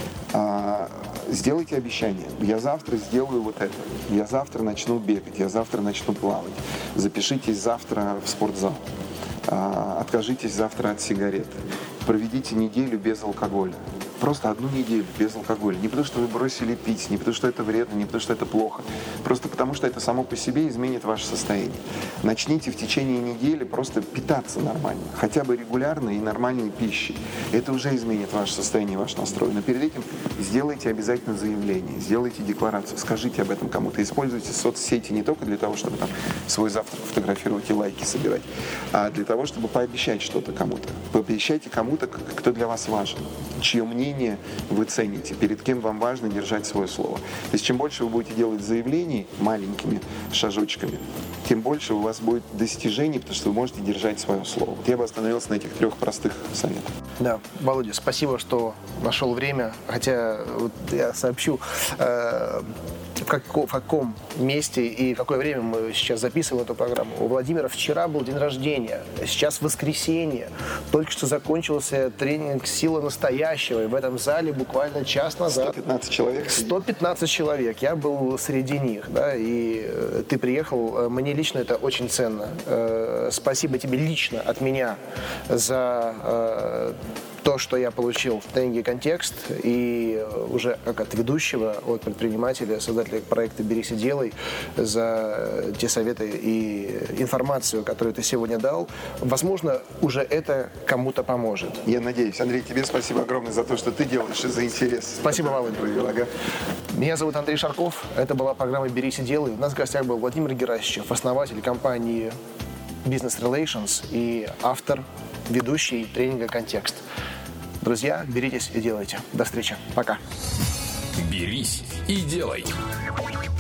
сделайте обещание. Я завтра сделаю вот это. Я завтра начну бегать, я завтра начну плавать. Запишитесь завтра в спортзал. Откажитесь завтра от сигарет. Проведите неделю без алкоголя. Просто одну неделю без алкоголя. Не потому, что вы бросили пить, не потому, что это вредно, не потому, что это плохо. Просто потому, что это само по себе изменит ваше состояние. Начните в течение недели просто питаться нормально. Хотя бы регулярно и нормальной пищей. Это уже изменит ваше состояние, ваш настрой. Но перед этим сделайте обязательно заявление, сделайте декларацию, скажите об этом кому-то. Используйте соцсети не только для того, чтобы там свой завтрак фотографировать и лайки собирать, а для того, чтобы пообещать что-то кому-то. Пообещайте кому-то, кто для вас важен, чье мнение вы цените, перед кем вам важно держать свое слово. То есть чем больше вы будете делать заявлений маленькими шажочками, тем больше у вас будет достижений, потому что вы можете держать свое слово. Вот я бы остановился на этих трех простых советах. Да, Володя, спасибо, что нашел время. Хотя вот я сообщу, э, в, как, в каком месте и в какое время мы сейчас записываем эту программу. У Владимира вчера был день рождения, сейчас воскресенье. Только что закончился тренинг «Сила настоящего». И в этом зале буквально час назад... сто пятнадцать человек. сто пятнадцать человек. Я был среди них, да, и э, ты приехал. Мне лично это очень ценно. Э, спасибо тебе лично от меня за... Э, то, что я получил в тренинге «Контекст», и уже как от ведущего, от предпринимателя, создателя проекта «Берись и делай», за те советы и информацию, которую ты сегодня дал. Возможно, уже это кому-то поможет. Я надеюсь. Андрей, тебе спасибо огромное за то, что ты делаешь, и за интерес. Спасибо, Володя. Ага. Меня зовут Андрей Шарков. Это была программа «Берись и делай». У нас в гостях был Владимир Герасичев, основатель компании Business Relations и автор, ведущий тренинга «Контекст». Друзья, беритесь и делайте. До встречи. Пока. Берись и делай.